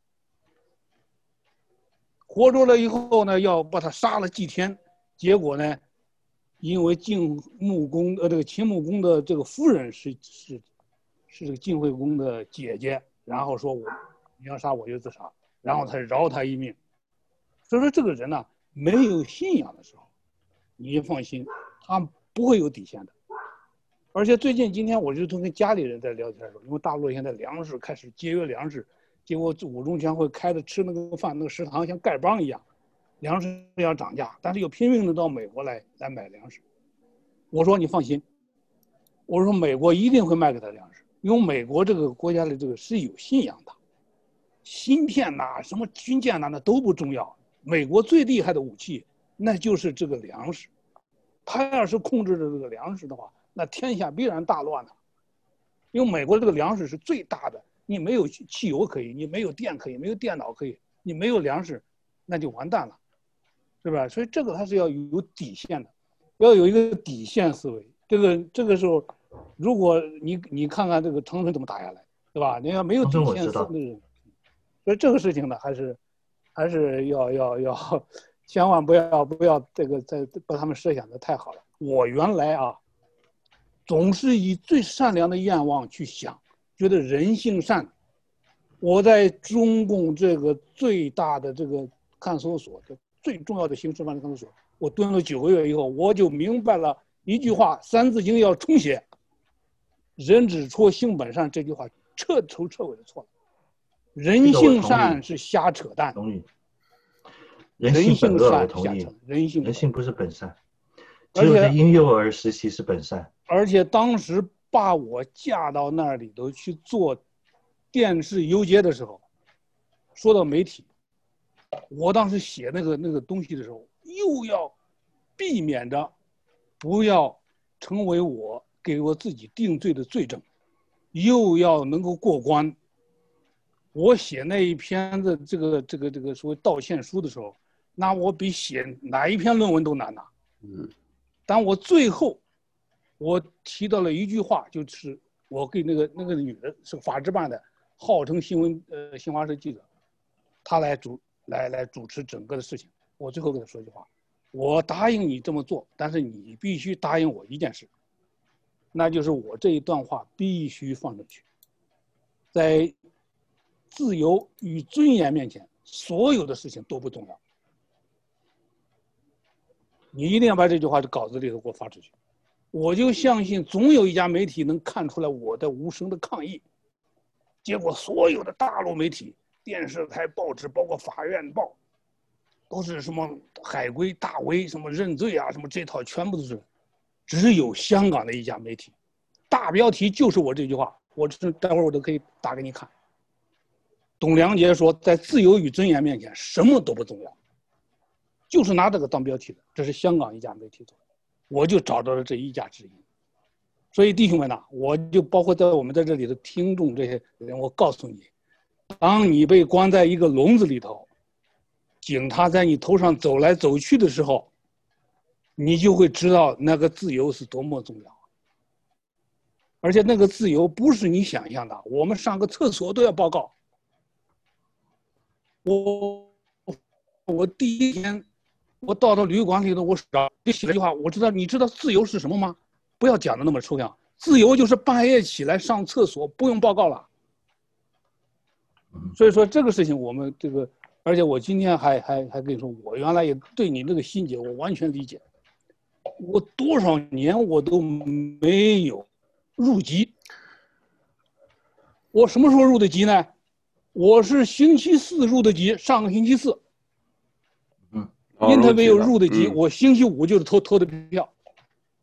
活捉了以后呢，要把他杀了祭天，结果呢，因为晋穆公呃这个秦穆公的这个夫人是是是这个晋惠公的姐姐，然后说我你要杀我就自杀，然后他饶他一命。所以说这个人呢，没有信仰的时候，你放心，他不会有底线的。而且最近今天我就跟家里人在聊天的时候，因为大陆现在粮食开始节约粮食，结果五中全会开的吃那个饭，那个食堂像丐帮一样，粮食要涨价，但是又拼命的到美国来来买粮食。我说你放心，我说美国一定会卖给他粮食，因为美国这个国家的这个是有信仰的，芯片呐、啊、什么军舰呐、啊、那都不重要，美国最厉害的武器那就是这个粮食，他要是控制着这个粮食的话，那天下必然大乱了。因为美国这个粮食是最大的，你没有汽油可以，你没有电可以，没有电脑可以，你没有粮食，那就完蛋了，是吧？所以这个它是要有底线的，要有一个底线思维。这个这个时候，如果你你看看这个长春怎么打下来，对吧？你要没有底线思维的人，所以这个事情呢，还是还是要要要，千万不要不要这个在把他们设想的太好了。我原来啊。总是以最善良的愿望去想，觉得人性善。我在中共这个最大的这个看守所的最重要的刑事犯罪看守所，我蹲了九个月以后，我就明白了一句话，《三字经》要重写，人之初性本善这句话彻头彻尾的错了。人性善是瞎扯淡。 同意。人性本恶，我同意。 人性人性不是本善，只有在婴幼儿时期是本善。 而且当时把我架到那里头去做电视游街的时候，说到媒体，我当时写那个那个东西的时候，又要避免着不要成为我给我自己定罪的罪证，又要能够过关。我写那一篇的这个这个这个所谓道歉书的时候，那我比写哪一篇论文都难呐。 嗯， 但我最后。我提到了一句话，就是我给那个那个女的是法制办的，号称新闻呃新华社记者，她来主来来主持整个的事情。我最后跟她说一句话，我答应你这么做，但是你必须答应我一件事，那就是我这一段话必须放进去，在自由与尊严面前，所有的事情都不重要。你一定要把这句话的稿子里头给我发出去。我就相信总有一家媒体能看出来我的无声的抗议，结果所有的大陆媒体、电视台、报纸，包括法院报，都是什么海归、大 V 什么认罪啊，什么这套全部都是，只有香港的一家媒体，大标题就是我这句话，我这待会儿我都可以打给你看。董良杰说，在自由与尊严面前，什么都不重要，就是拿这个当标题的，这是香港一家媒体做的。我就找到了这一家之言，所以弟兄们呐，我就包括在我们在这里的听众这些人，我告诉你，当你被关在一个笼子里头，警察在你头上走来走去的时候，你就会知道那个自由是多么重要。而且那个自由不是你想象的，我们上个厕所都要报告。我我第一天。我到到旅馆里头，我就写了一句话，我知道，你知道自由是什么吗？不要讲的那么抽象，自由就是半夜起来上厕所不用报告了。所以说这个事情我们这个，而且我今天还还还跟你说，我原来也对你那个心结我完全理解。我多少年我都没有入籍，我什么时候入的籍呢？我是星期四入的籍，上个星期四。因他没有入的籍， 嗯、 我星期五就是投投的票。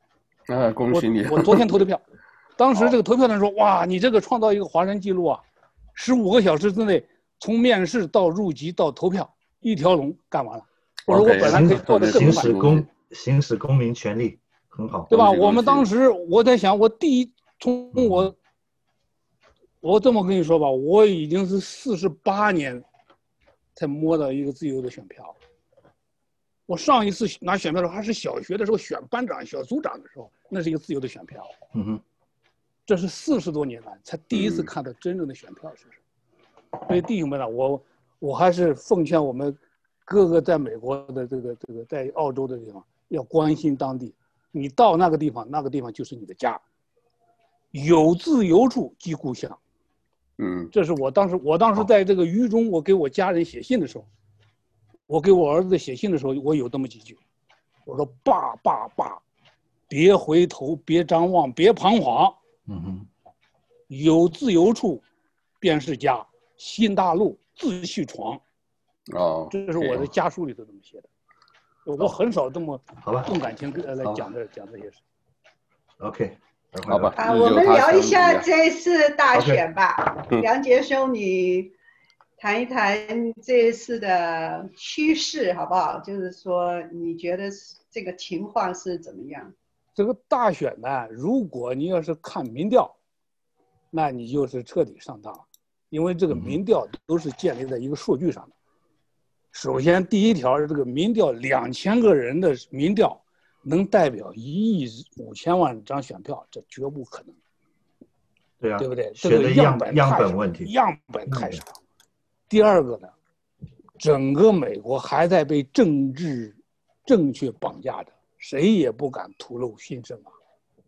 啊，恭喜你！ 我我昨天投的票，当时这个投票的人说，哇，你这个创造一个华人记录啊，十五个小时之内，从面试到入籍到投票，一条龙干完了。我说我本来可以做的更行快。 使公行使公民权利，很好， 对吧？我们当时我在想，我第一从我。我这么跟你说吧，我已经是四十八年才摸到一个自由的选票。我上一次拿选票的时候还是小学的时候选班长、小组长的时候，那是一个自由的选票。 嗯哼， 这是四十多年来才第一次看到真正的选票是什么。所以弟兄们呢，我我还是奉劝我们各个在美国的这个这个在澳洲的地方要关心当地。你到那个地方，那个地方就是你的家。有自由处即故乡。 嗯， 这是我当时，我当时在这个狱中，我给我家人写信的时候，我给我儿子写信的时候，我有这么几句，我说：“爸爸爸，别回头，别张望，别彷徨。 嗯哼， 有自由处，便是家。新大陆自去闯。” 哦， 这是我的家书里头这么写的。我很少这么好吧动感情来讲这讲这些事。 OK。 好吧， 啊，我们聊一下这次大选吧。梁杰兄，你谈一谈这次的趋势好不好？就是说，你觉得这个情况是怎么样？ 这个大选呢，如果你要是看民调，那你就是彻底上当了，因为这个民调都是建立在一个数据上的。首先，第一条，这个民调两千个人的民调。能代表一亿五千万张选票，这绝不可能。 对啊， 对不对？ 这个样本样本问题， 样本太少。第二个呢，整个美国还在被政治正确绑架着，谁也不敢吐露心声啊，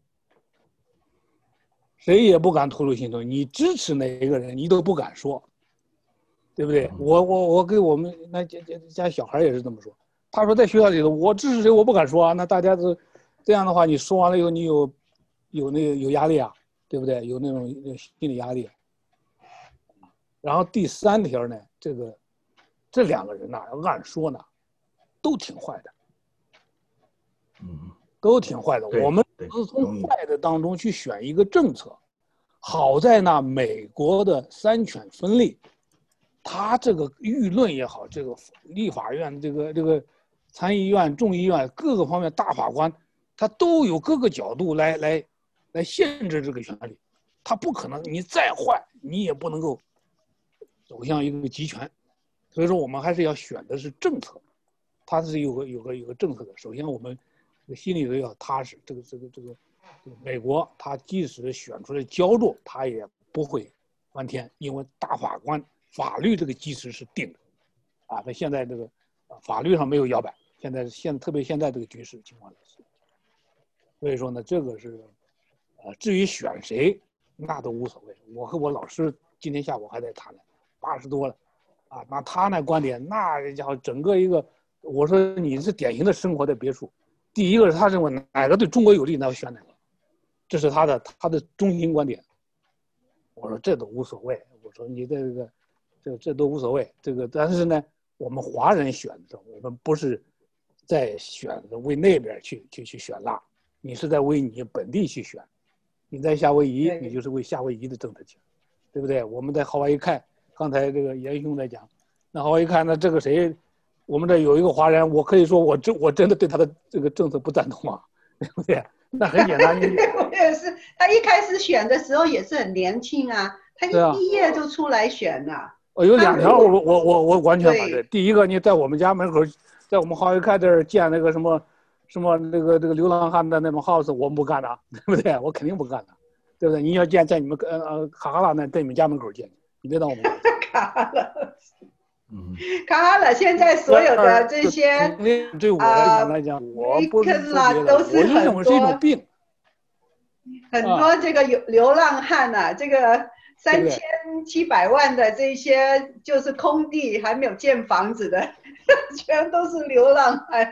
谁也不敢吐露心声。你支持哪一个人，你都不敢说，对不对？我我我给我们那家家家小孩也是这么说。他说在学校里头，我支持谁我不敢说啊。那大家都这样的话，你说完了以后，你有有那个有压力啊，对不对？有那种心理压力。然后第三条呢，这个这两个人呐，按说呢，都挺坏的， 嗯， 都挺坏的。我们是从坏的当中去选一个政策。好在呢，美国的三权分立，他这个舆论也好，这个立法院这个这个。参议院、众议院各个方面大法官，他都有各个角度来来来限制这个权利，他不可能你再坏，你也不能够走向一个集权，所以说我们还是要选的是政策，它是有个有个有个政策的。首先我们心里头要踏实，这个这个这个美国，他即使选出来焦灼，他也不会翻天，因为大法官法律这个基石是定的，啊，那现在这个法律上没有摇摆。现在现特别现在这个局势情况来说，所以说呢，这个是，呃，至于选谁，那都无所谓。我和我老师今天下午还在谈呢，八十多了，啊，那他那观点，那家伙整个一个，我说你是典型的生活在别墅。第一个是他认为哪个对中国有利，那要选哪个，这是他的他的中心观点。我说这都无所谓，我说你这个，这这都无所谓。这个但是呢，我们华人选的时候，我们不是。在选为那边去去去选辣，你是在为你本地去选，你在夏威夷，你就是为夏威夷的政策去，对不对？我们在豪华一看，刚才这个严兄在讲，那豪华一看，那这个谁，我们这有一个华人，我可以说我真我真的对他的这个政策不赞同啊，对不对？那很简单， 我也是，他一开始选的时候也是很年轻啊，他一毕业就出来选了。 我、啊、有两条，我我我我完全反对。第一个，你在我们家门口。在我们豪威开这儿建那个什么，什么那个这个流浪汉的那种 house， 我们不干的，对不对？我肯定不干的，对不对？你要建在你们呃呃卡哈拉那，在你们家门口建，你别当我们卡哈拉，嗯，卡哈拉现在所有的这些， 对我来讲来讲，我不是啦，都是很多， 我是一种病， 很多这个流流浪汉呐、啊，这个三千七百万的这些就是空地还没有建房子的。全都是流浪汉，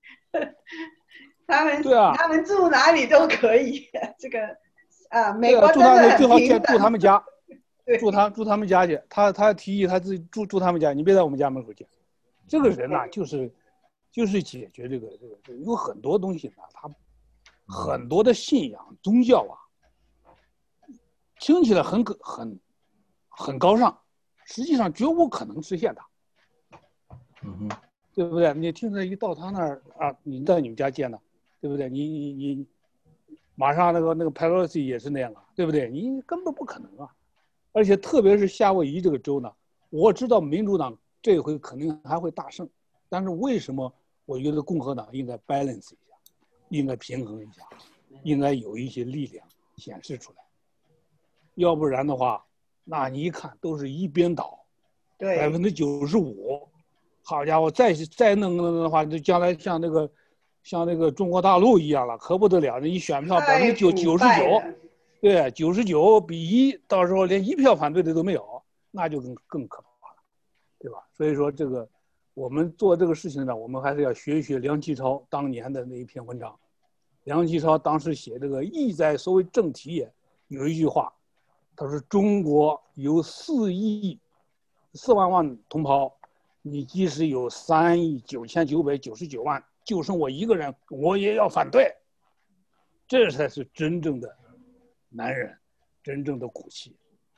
他们、啊、他们住哪里都可以。这个啊，美国真的很平等。 最好住他们家，住他住他们家去。他他提议他自己住住他们家，你别在我们家门口建。这个人呐、啊，就是就是解决这个这个，有很多东西呢，他很多的信仰宗教啊，听起来很可很很高尚，实际上绝无可能实现的。 嗯哼， 对不对？你听着一到他那儿啊，你在你们家见的，对不对？你你你，马上那个那个 Pelosi 也是那样啊，对不对？你根本不可能啊！而且特别是夏威夷这个州呢，我知道民主党这回肯定还会大胜，但是为什么我觉得共和党应该 balance 一下，应该平衡一下，应该有一些力量显示出来，要不然的话，那你一看都是一边倒，百分之九十五。好家伙，再再弄弄的话，就将来像那个，像那个中国大陆一样了，可不得了！那一选票百分之九九十九，对，九十九比一，到时候连一票反对的都没有，那就更更可怕了，对吧？所以说这个，我们做这个事情呢，我们还是要学一学梁启超当年的那一篇文章。梁启超当时写这个“意在所谓正题也”，有一句话，他说：“中国有四亿四万万同胞。”你即使有三亿九千九百九十九万，就剩我一个人，我也要反对。这才是真正的男人，真正的骨气。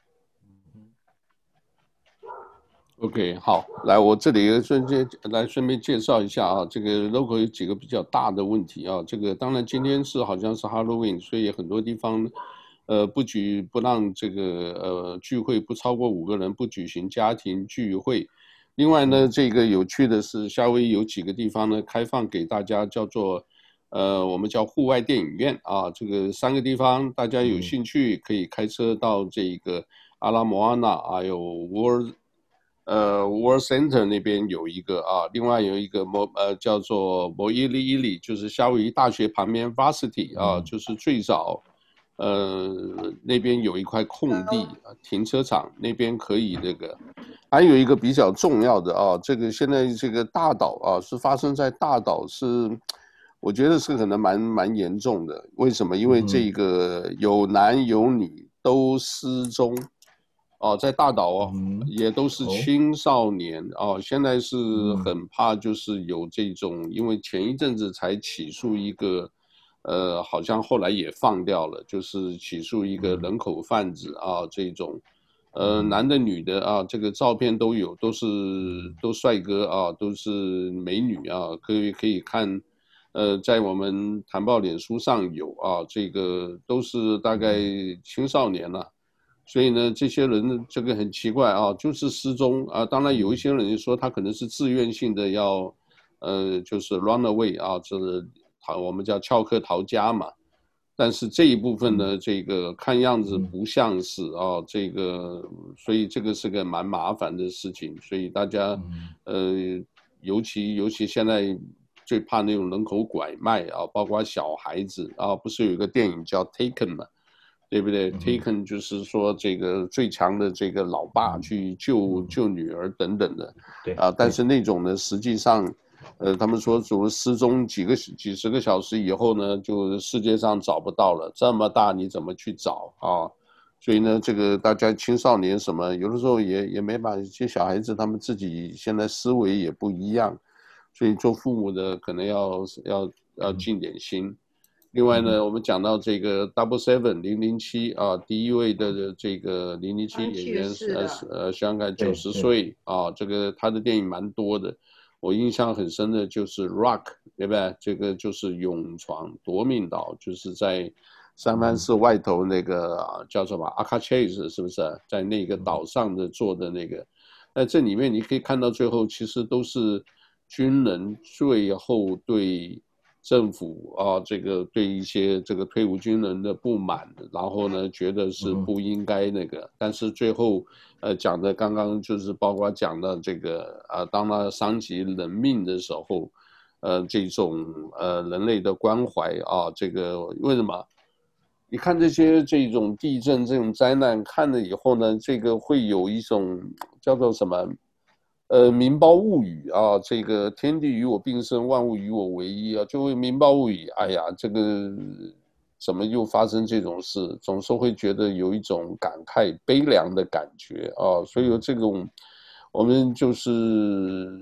OK， 好，来，我这里顺便来顺便介绍一下啊，这个 local 有几个比较大的问题啊。这个当然今天是好像是 Halloween， 所以很多地方，呃，不举不让这个呃聚会不超过五个人，不举行家庭聚会。另外呢，这个有趣的是，夏威夷有几个地方呢开放给大家，叫做，呃，我们叫户外电影院啊。这个三个地方，大家有兴趣可以开车到这个阿拉莫阿纳，还有 World， 呃 World Center 那边有一个啊。另外有一个摩呃叫做摩伊利伊里，就是夏威夷大学旁边 Varsity 啊，就是最早。呃，那边有一块空地啊，停车场那边可以那个，还有一个比较重要的啊，这个现在这个大岛啊是发生在大岛是，我觉得是可能蛮蛮严重的。为什么？因为这个有男有女都失踪，哦、啊，在大岛哦、嗯、也都是青少年哦、啊，现在是很怕就是有这种，因为前一阵子才起诉一个。呃，好像后来也放掉了，就是起诉一个人口贩子啊，这种，呃，男的女的啊，这个照片都有，都是都帅哥啊，都是美女啊，可以可以看，呃，在我们谈报脸书上有啊，这个都是大概青少年了、啊，所以呢，这些人这个很奇怪啊，就是失踪啊，当然有一些人说他可能是自愿性的要，呃，就是 run away 啊，这是。逃我们叫翘课逃家嘛，但是这一部分呢，这个看样子不像是啊、哦，这个所以这个是个蛮麻烦的事情，所以大家呃，尤其尤其现在最怕那种人口拐卖啊，包括小孩子啊，不是有一个电影叫 Taken 嘛，对不对 ？Taken 就是说这个最强的这个老爸去救救女儿等等的， 对啊，但是那种呢，实际上。呃，他们说，主失踪几个几十个小时以后呢，就世界上找不到了。这么大，你怎么去找啊？所以呢，这个大家青少年什么，有的时候也也没把一些小孩子，他们自己现在思维也不一样，所以做父母的可能要要要尽点心。另外呢，我们讲到这个 Double Seven 零零七啊，第一位的这个零零七演员呃呃，香港九十岁啊，这个他的电影蛮多的。我印象很深的就是 Rock， 对不对？这个就是勇闯夺命岛，就是在三藩市外头那个、啊、叫什么 Alcatraz 是不是？在那个岛上的做的那个，在这里面你可以看到最后其实都是军人最后对政府啊，这个对一些这个退伍军人的不满，然后呢觉得是不应该那个，但是最后。呃，讲的刚刚就是包括讲的这个啊、呃，当他伤及人命的时候，呃，这种呃人类的关怀啊，这个为什么？你看这些这种地震这种灾难，看了以后呢，这个会有一种叫做什么？呃，民胞物语啊，这个天地与我并生，万物与我为一啊，就会民胞物语。哎呀，这个。怎么又发生这种事？总是会觉得有一种感慨、悲凉的感觉啊，所以这种我们就是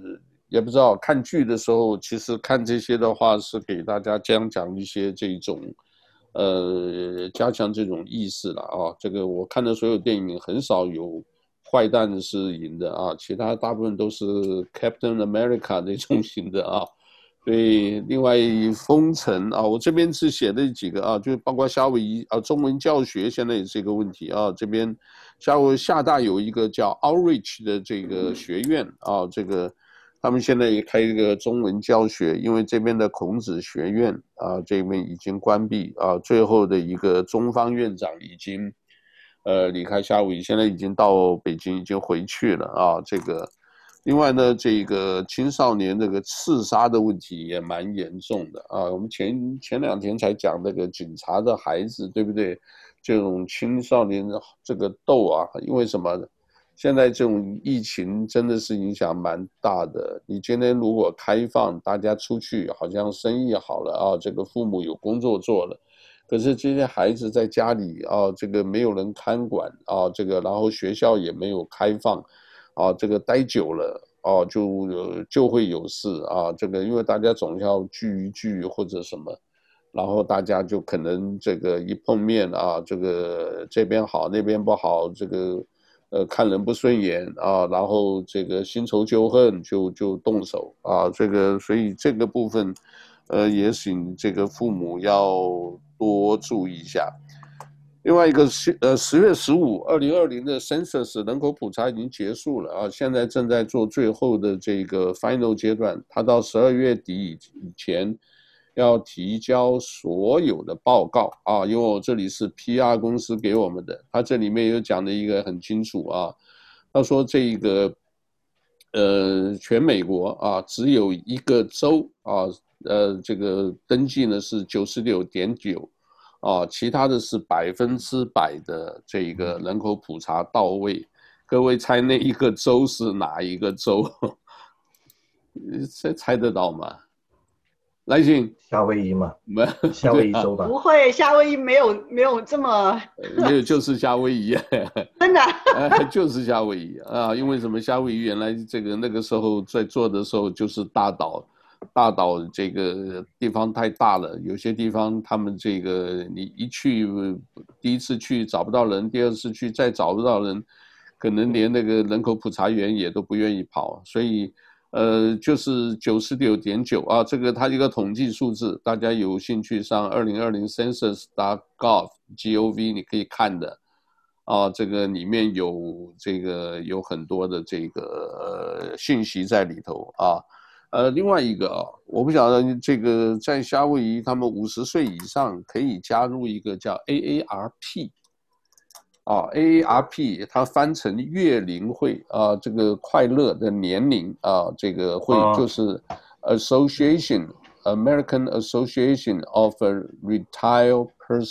也不知道看剧的时候，其实看这些的话是给大家讲讲一些这种，呃，加强这种意识了啊。这个我看的所有电影很少有坏蛋是赢的啊，其他大部分都是 Captain America 那种型的啊。所以另外封城啊，我这边是写的几个啊，就包括夏威夷啊，中文教学现在也是一个问题啊。这边夏威厦大有一个叫 Outreach 的这个学院啊，这个他们现在也开一个中文教学，因为这边的孔子学院啊这边已经关闭啊，最后的一个中方院长已经呃离开夏威夷，现在已经到北京，已经回去了啊，这个。另外呢，这个青少年这个刺杀的问题也蛮严重的啊。我们前前两天才讲那个警察的孩子，对不对？这种青少年的这个斗啊，因为什么？现在这种疫情真的是影响蛮大的。你今天如果开放，大家出去，好像生意好了啊，这个父母有工作做了，可是这些孩子在家里啊，这个没有人看管啊，这个然后学校也没有开放。啊，这个待久了哦、啊，就就会有事啊。这个因为大家总要聚一聚或者什么，然后大家就可能这个一碰面啊，这个这边好那边不好，这个呃看人不顺眼啊，然后这个新仇旧恨就就动手啊。这个所以这个部分，呃，也请这个父母要多注意一下。另外一个是呃十月十五，二零二零的 Census 人口普查已经结束了啊，现在正在做最后的这个 final 阶段，它到十二月底以前要提交所有的报告啊，因为我这里是 P R 公司给我们的，它这里面有讲的一个很清楚啊，他说这个呃全美国啊只有一个州啊，呃这个登记呢是九十六点九。啊，其他的是百分之百的这个人口普查到位。各位猜那一个州是哪一个州？猜猜得到吗？来信， 夏威夷嘛，夏威夷州吧？ 不会，夏威夷没有没有这么没有，就是夏威夷， 真的， 就是夏威夷啊！因为什么？夏威夷原来这个那个时候在做的时候就是大岛。大岛这个地方太大了，有些地方他们这个你一去，第一次去找不到人，第二次去再找不到人，可能连那个人口普查员也都不愿意跑，所以呃就是九十六点九啊，这个它一个统计数字，大家有兴趣上二零二零 census dot gov gov 你可以看的啊，这个里面有这个有很多的这个呃信息在里头啊。呃，另外一个啊，我不晓得这个在夏威夷，他们五十岁以上可以加入一个叫 A A R P， 啊 ，A A R P 它翻成月龄会啊，这个快乐的年龄啊，这个会就是 Association American Association of a Retired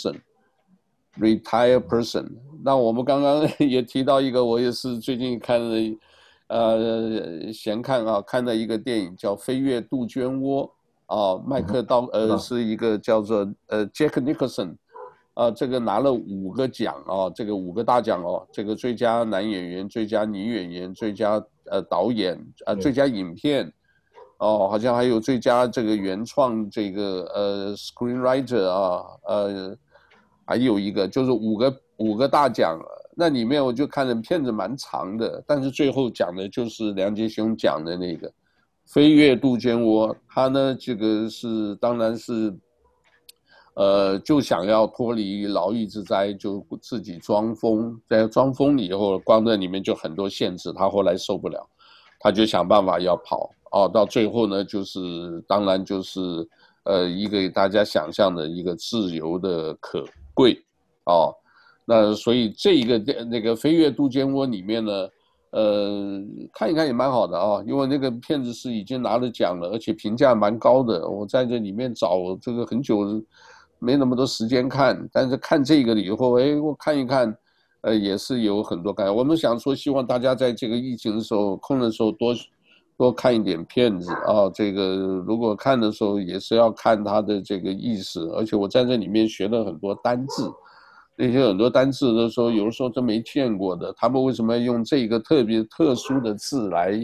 Person，Retired Person。那我们刚刚也提到一个，我也是最近看了。呃，闲看啊，看到一个电影叫《飞越杜鹃窝》啊，麦克道呃是一个叫做呃 Jack Nicholson， 啊，这个拿了五个奖啊，这个五个大奖哦，这个最佳男演员、最佳女演员、最佳呃导演呃最佳影片，哦，好像还有最佳这个原创这个呃 screenwriter 啊，呃，还有一个就是五个五个大奖。那里面我就看了片子蛮长的，但是最后讲的就是梁杰兄讲的那个飞越杜鹃窝，他呢这个是当然是，呃，就想要脱离牢狱之灾，就自己装疯，在装疯以后关在里面就很多限制，他后来受不了，他就想办法要跑哦，到最后呢就是当然就是呃一个大家想象的一个自由的可贵哦。那所以这一个那个飞越杜鹃窝里面呢，呃，看一看也蛮好的啊，因为那个片子是已经拿了奖了，而且评价蛮高的。我在这里面找这个很久，没那么多时间看，但是看这个了以后，哎，我看一看，呃，也是有很多感觉。我们想说，希望大家在这个疫情的时候，空的时候多多看一点片子啊。这个如果看的时候，也是要看它的这个意思，而且我在这里面学了很多单字。那些很多单字的时候，有的时候都没见过的，他们为什么要用这个特别特殊的字来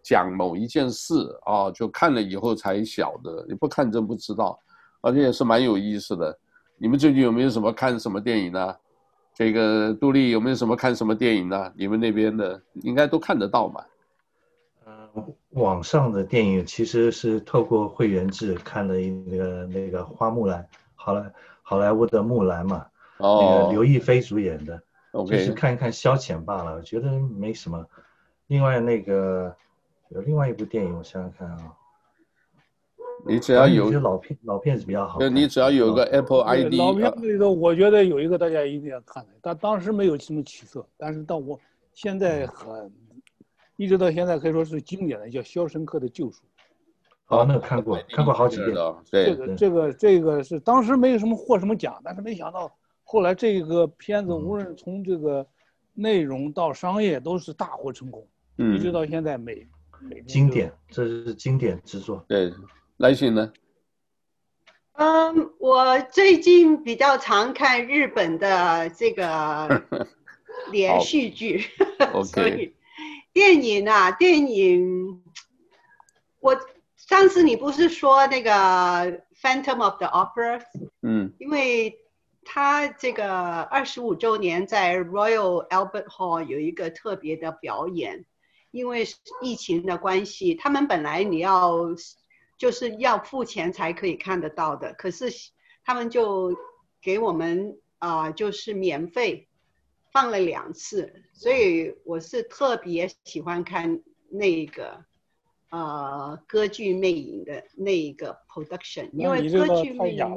讲某一件事啊，就看了以后才晓得，你不看真不知道，而且也是蛮有意思的。你们最近有没有什么看什么电影呢？这个杜丽有没有什么看什么电影呢？你们那边的应该都看得到嘛？ 呃，网上的电影其实是透过会员制看了那个那个花木兰，好莱好莱坞的木兰嘛， 哦， 那个刘亦菲主演的， OK 就是看一看消遣罢了，我觉得没什么。另外那个有另外一部电影，我想想看啊， 你只要有些老片老片子比较好看， 你只要有个 Apple 对 I D， 老片子里头，我觉得有一个大家一定要看的，但当时没有什么起色，但是到我现在很，一直到现在可以说是经典的，叫《肖申克的救赎》。 哦，那个看过，看过好几遍。 对， 这个这个这个是当时没有什么获什么奖，但是没想到后来这个片子无论从这个内容到商业都是大获成功， 嗯， 一直到现在每每经典，这是经典之作。 对，来信呢？ 嗯，我最近比较常看日本的这个连续剧，所以电影啊，电影，我上次你不是说那个《Phantom of the Opera》？ 嗯， 因为他这个二十五周年在 Royal Albert Hall 有一个特别的表演，因为疫情的关系，他们本来你要就是要付钱才可以看得到的，可是他们就给我们啊、呃，就是免费放了两次，所以我是特别喜欢看那个呃歌剧魅影的那个 production， 因为歌剧魅影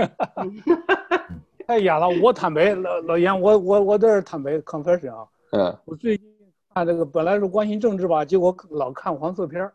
太哑了。我坦白，老老严，我我我在这坦白 confession 啊， 嗯， 我最近看这个本来是关心政治吧，结果老看黄色片儿。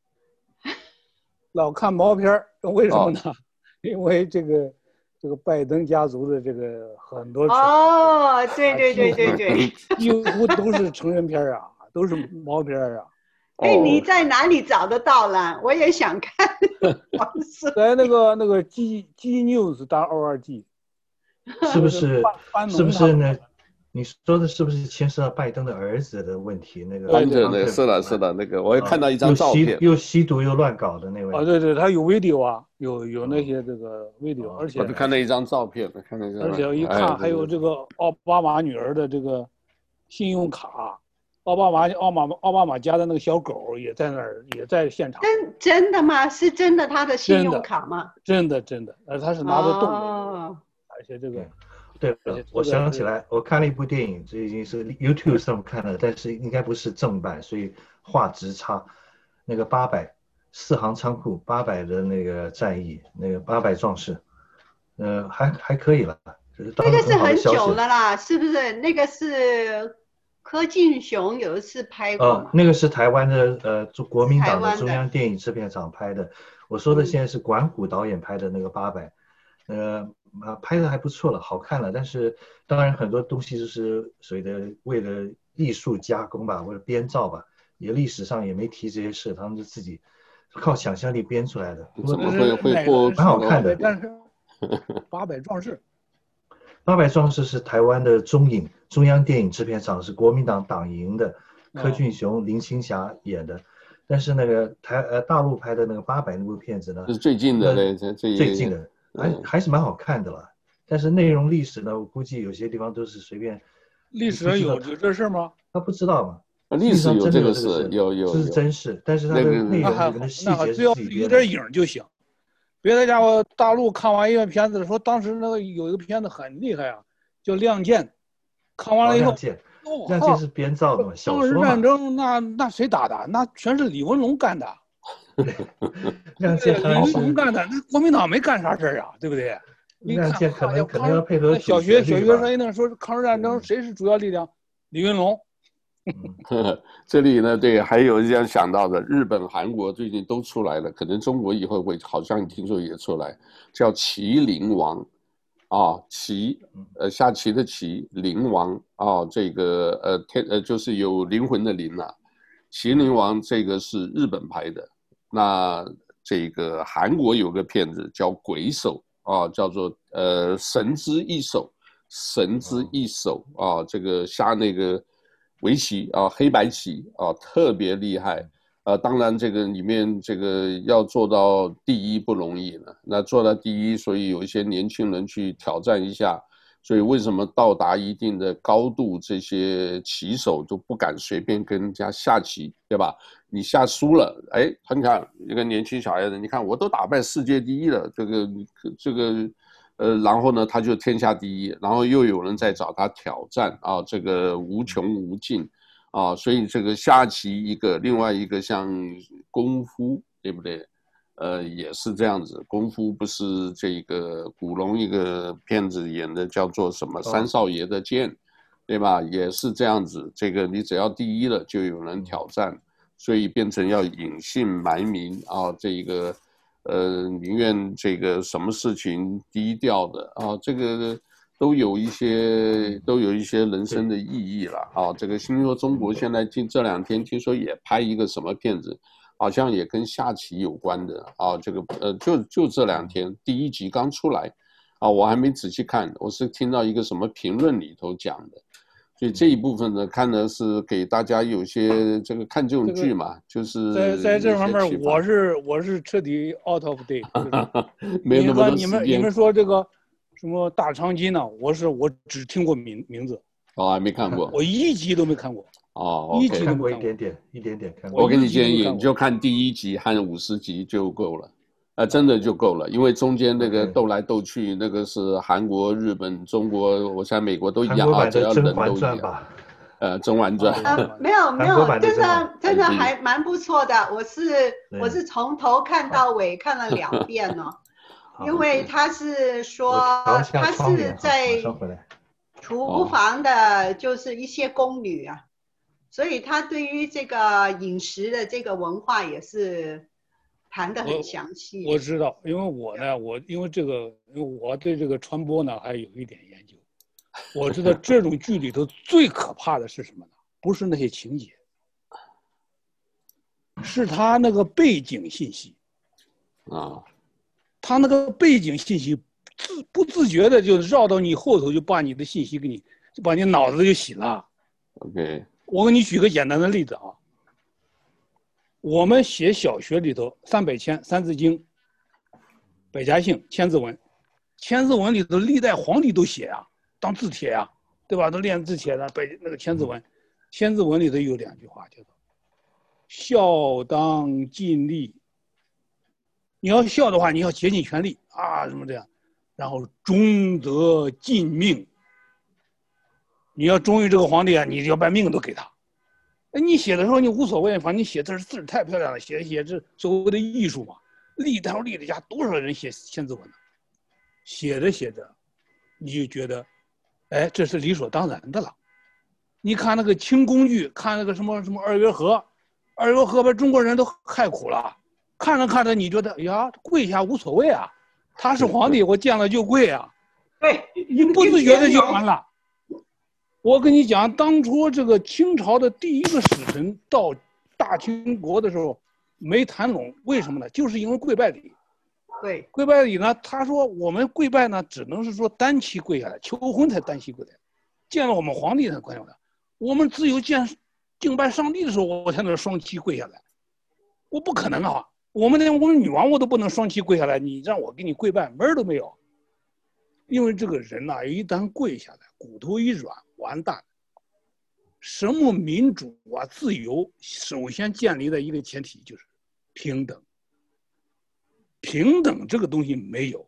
老看毛片儿，为什么呢？哦、因为这个这个拜登家族的这个很多哦，对对对对对， 几乎都是成人片啊，都是毛片啊。 哎，你在哪里找得到了？我也想看黄色。 在那个那个 G G News 当 O R G， 是不是？是不是呢？你说的是不是牵涉到拜登的儿子的问题？那个对对对，是的，是的，那个我也看到一张照片， 又吸毒又乱搞的那位。 啊，对对，他有 video 啊，有有那些这个 video，、哦、而且我看到一张照片，看到一张， 而且一看还有这个奥巴马女儿的这个信用卡，奥巴马奥马奥巴马家的那个小狗也在那儿，也在现场。 真真的吗？是真的他的信用卡吗？ 真的真的，而他是拿着动的，哦、而且这个。 对了，我想起来，我看了一部电影，这已经是 YouTube 上看的，但是应该不是正版，所以画质差。那个八百四行仓库八百的那个战役，那个八百壮士，呃，还还可以了。就是那个是很久了啦，是不是？那个是柯敬雄有一次拍过、 呃。那个是台湾的呃国民党的中央电影制片厂拍的。我说的现在是管虎导演拍的那个八百，呃。啊，拍的还不错了，好看了，但是当然很多东西就是所谓的为了艺术加工吧，为了编造吧，也历史上也没提这些事，他们就自己靠想象力编出来的。 怎么会会过蛮好看的？ 但是八百壮士， 八百壮士是台湾的中影中央电影制片厂，是国民党党营的，柯俊雄、林青霞演的。但是那个台呃大陆拍的那个八百那部片子呢， 是最近的，对， 最最近的。还还是蛮好看的了，但是内容历史呢，我估计有些地方都是随便。 历史上有有这事吗？ 他不知道嘛？ 历史有这个事， 有有这是真事，但是它的内容里面的细节只要有点影就行。别的家伙，大陆看完一个片子，说当时那个有一个片子很厉害啊，叫《亮剑》，看完了以后， 《亮剑》《亮剑》是编造的嘛？小说嘛。 抗日战争那那谁打的？那全是李文龙干的。 亮剑李文龙干的，那国民党没干啥事儿啊，对不对？ 亮剑可能可能要配合小学小学生那说抗日战争谁是主要力量？李文龙。 这里呢，对，还有这样想到的，日本、韩国最近都出来了，可能中国以后会好像听说也出来，叫麒麟王啊，麒呃下棋的棋，麟王啊，这个呃天呃就是有灵魂的灵啊，麒麟王这个是日本拍的。那这个韩国有个片子叫《鬼手》啊，叫做呃神之一手，神之一手啊，这个下那个围棋啊，黑白棋啊，特别厉害呃，当然这个里面这个要做到第一不容易呢。那做到第一，所以有一些年轻人去挑战一下。所以为什么到达一定的高度，这些棋手就不敢随便跟人家下棋，对吧？你下输了，哎，你看一个年轻小孩子，你看我都打败世界第一了，这个这个，呃，然后呢，他就天下第一，然后又有人在找他挑战啊，这个无穷无尽啊，所以这个下棋一个，另外一个像功夫，对不对？呃，也是这样子，功夫不是这个古龙一个片子演的，叫做什么三少爷的剑，对吧？也是这样子，这个你只要第一了，就有人挑战，所以变成要隐姓埋名啊，这个呃宁愿这个什么事情低调的啊，这个都有一些都有一些人生的意义了啊。这个新说中国现在近这两天听说也拍一个什么片子。好像也跟下棋有关的啊，这个呃，就就这两天第一集刚出来啊，我还没仔细看，我是听到一个什么评论里头讲的，所以这一部分呢，看的是给大家有些这个看这种剧嘛，这个、就是在在这方面，我是我是彻底 out of date 没有那么多时间。 你们你们说这个什么大长今呢？我是我只听过名名字， 哦，还没看过， 我一集都没看过。 哦， 一集看过一点点，一点点看过。我给你建议，你就看第一集和五十集就够了，啊，真的就够了，因为中间那个斗来斗去，那个是韩国、日本、中国，我想美国都一样啊，只要人都一样。呃，《甄嬛传》 呃，没有没有，真的真的还蛮不错的。我是我是从头看到尾，看了两遍呢，因为他是说他是在厨房的，就是一些宫女啊。所以他对于这个饮食的这个文化也是谈得很详细。 我, 我知道，因为我呢，我因为这个，因为我对这个传播呢还有一点研究。我知道这种剧里头最可怕的是什么呢？不是那些情节，是他那个背景信息啊， 他那个背景信息自不自觉的就绕到你后头，就把你的信息给你，就把你脑子就洗了。 OK。 我给你举个简单的例子啊，我们写小学里头三百签、三字经、百家姓、千字文，千字文里头历代皇帝都写啊，当字帖啊，对吧？都练字帖的，百那个千字文，千字文里头有两句话叫做“孝当尽力”，你要孝的话，你要竭尽全力啊，什么这样，然后忠则尽命。你要忠于这个皇帝啊，你要把命都给他。你写的时候你无所谓，反正你写字字太漂亮了，写写这所谓的艺术嘛。历朝历代家多少人写千字文呢？写着写着，你就觉得，哎，这是理所当然的了。你看那个清宫剧，看那个什么什么二月河，二月河把中国人都害苦了。看着看着，你觉得呀，跪下无所谓啊，他是皇帝，我见了就跪啊。 对， 你不自觉的就完了。我跟你讲，当初这个清朝的第一个使臣到大清国的时候没谈拢，为什么呢？就是因为跪拜礼。 对， 跪拜礼呢，他说我们跪拜呢，只能是说单膝跪下来，求婚才单膝跪下来，见了我们皇帝才跪下来。我们只有见敬拜上帝的时候，我才能双膝跪下来。我不可能啊，我们连我们女王我都不能双膝跪下来，你让我给你跪拜，门儿都没有。因为这个人呐、啊，一旦跪下来，骨头一软，完蛋了。什么民主啊、自由，首先建立的一个前提就是平等。平等这个东西没有，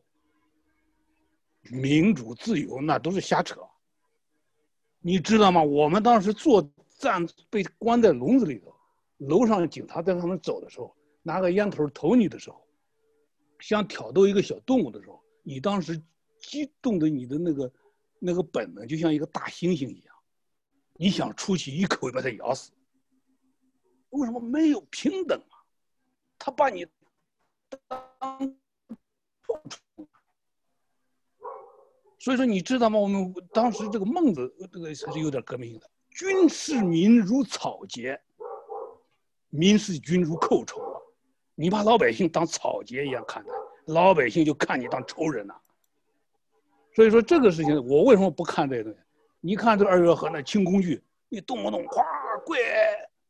民主自由那都是瞎扯。你知道吗？我们当时坐站被关在笼子里头，楼上警察在他们走的时候，拿个烟头投你的时候，想挑逗一个小动物的时候，你当时激动的你的那个那个本能就像一个大猩猩一样，你想出去一口把它咬死。为什么没有平等啊？他把你当所以说你知道吗？我们当时这个孟子这个还是有点革命性的。君视民如草芥，民视君如寇仇啊！你把老百姓当草芥一样看待，老百姓就看你当仇人呐、啊。所以说这个事情，我为什么不看这个东西？你看这个二月河那清宫剧，你动不动哗跪，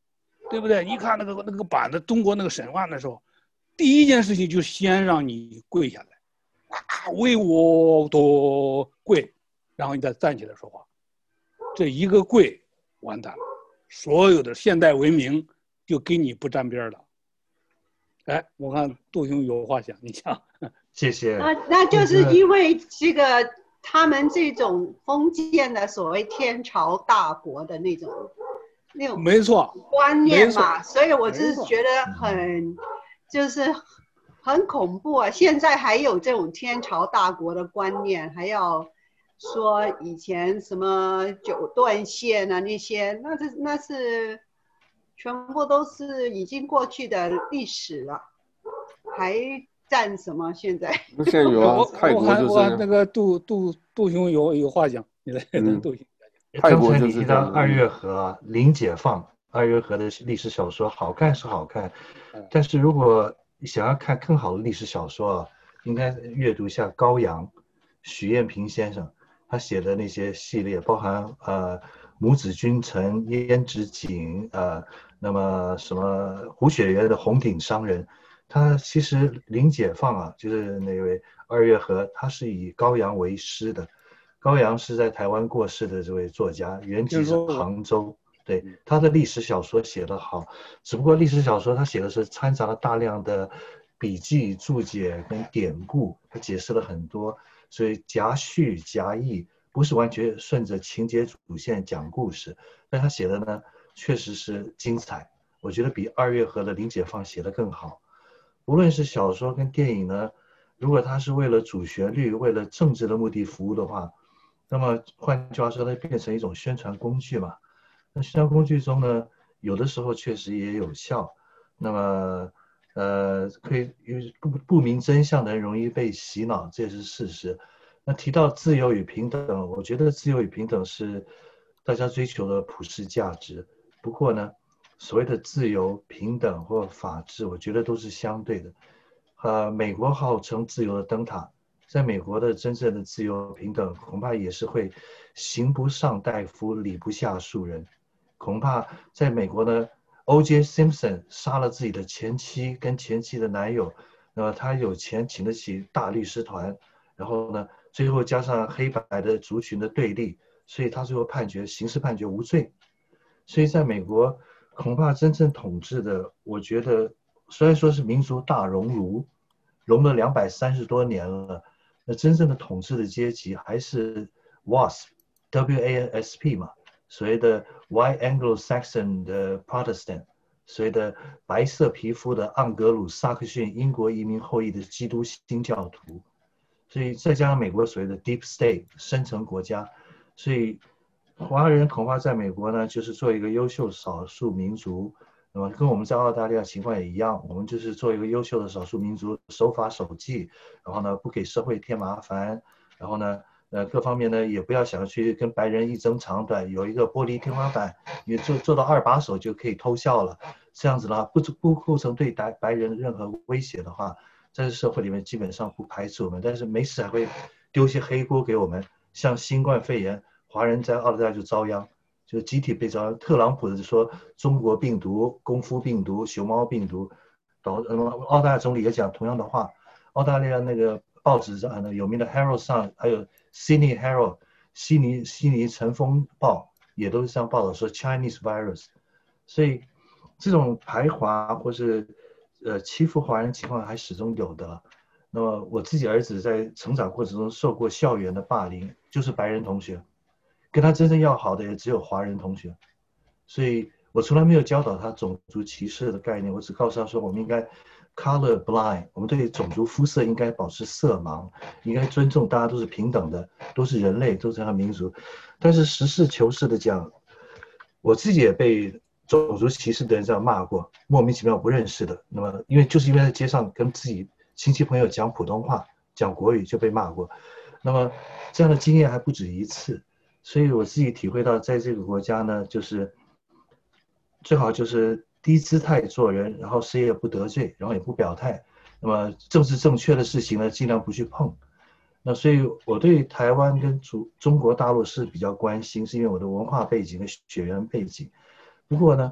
对不对？你看那个那个板子，中国那个审判的时候，第一件事情就先让你跪下来，啊，为我多跪，然后你再站起来说话。这一个跪，完蛋了，所有的现代文明就跟你不沾边了。哎，我看杜兄有话讲，你讲。 谢谢。 那那就是因为这个他们这种封建的所谓天朝大国的那种那种没错观念嘛，所以我就是觉得很就是很恐怖啊！现在还有这种天朝大国的观念，还要说以前什么九段线啊那些，那是那是全部都是已经过去的历史了，还战什么？现在现在有啊，泰国就是我那个杜杜杜兄有有话讲，你来， 嗯， 杜兄。 泰国刚才你就是提到二月河、啊、零解放，二月河的历史小说好看是好看，但是如果想要看更好的历史小说啊，应该阅读一下高阳、许燕平先生他写的那些系列，包含呃母子君臣、胭脂锦，呃，那么什么胡雪岩的《红顶商人》。他其实零解放啊，就是那位二月河，他是以高阳为师的。高阳是在台湾过世的这位作家，原籍是杭州。对，他的历史小说写得好，只不过历史小说他写的是掺杂了大量的笔记、注解跟典故，他解释了很多，所以夹叙夹议，不是完全顺着情节主线讲故事，但他写的呢确实是精彩。我觉得比二月河的零解放写得更好。无论是小说跟电影呢，如果它是为了主旋律、为了政治的目的服务的话，那么换句话说，它变成一种宣传工具嘛。那宣传工具中呢，有的时候确实也有效。那么，呃，可以不不明真相的人容易被洗脑，这也是事实。那提到自由与平等，我觉得自由与平等是大家追求的普世价值。不过呢，所谓的自由、平等或法治，我觉得都是相对的。呃，美国号称自由的灯塔，在美国的真正的自由平等，恐怕也是会刑不上大夫，礼不下庶人。恐怕在美国呢 ，O J Simpson 杀了自己的前妻跟前妻的男友，那么他有钱请得起大律师团，然后呢，最后加上黑白的族群的对立，所以他最后判决刑事判决无罪。所以在美国，恐怕真正统治的，我觉得虽然说是民族大熔炉，熔了两百三十多年了，那真正的统治的阶级还是 W A S P，W A S P 嘛，所谓的 White Anglo-Saxon 的 Protestant， 所谓的白色皮肤的盎格鲁撒克逊英国移民后裔的基督新教徒，所以再加上美国所谓的 Deep State 深层国家，所以华人恐怕在美国呢，就是做一个优秀少数民族，那么跟我们在澳大利亚情况也一样，我们就是做一个优秀的少数民族，守法守纪，然后呢不给社会添麻烦，然后呢呃各方面呢也不要想去跟白人一争长短，有一个玻璃天花板，你做做到二把手就可以偷笑了，这样子呢不不构成对白白人任何威胁的话，在社会里面基本上不排斥我们，但是没事还会丢些黑锅给我们，像新冠肺炎。华人在澳大利亚就遭殃，就集体被遭殃。特朗普说中国病毒、功夫病毒、熊猫病毒，导澳大利亚总理也讲同样的话。澳大利亚那个报纸上有名的 Herald 上，还有 Sydney Herald 悉尼悉尼晨风报也都是这样报道说 Chinese virus。所以这种排华或是呃欺负华人情况还始终有的。那么我自己儿子在成长过程中受过校园的霸凌，就是白人同学。跟他真正要好的也只有华人同学，所以我从来没有教导他种族歧视的概念，我只告诉他说我们应该 color blind， 我们对种族肤色应该保持色盲，应该尊重大家都是平等的，都是人类，都是一个民族。但是实事求是的讲，我自己也被种族歧视的人这样骂过，莫名其妙不认识的，那么因为就是因为在街上跟自己亲戚朋友讲普通话讲国语就被骂过，那么这样的经验还不止一次。所以我自己体会到，在这个国家呢，就是最好就是低姿态做人，然后谁也不得罪，然后也不表态。那么政治正确的事情呢，尽量不去碰。那所以我对台湾跟中中国大陆是比较关心，是因为我的文化背景和血缘背景。不过呢，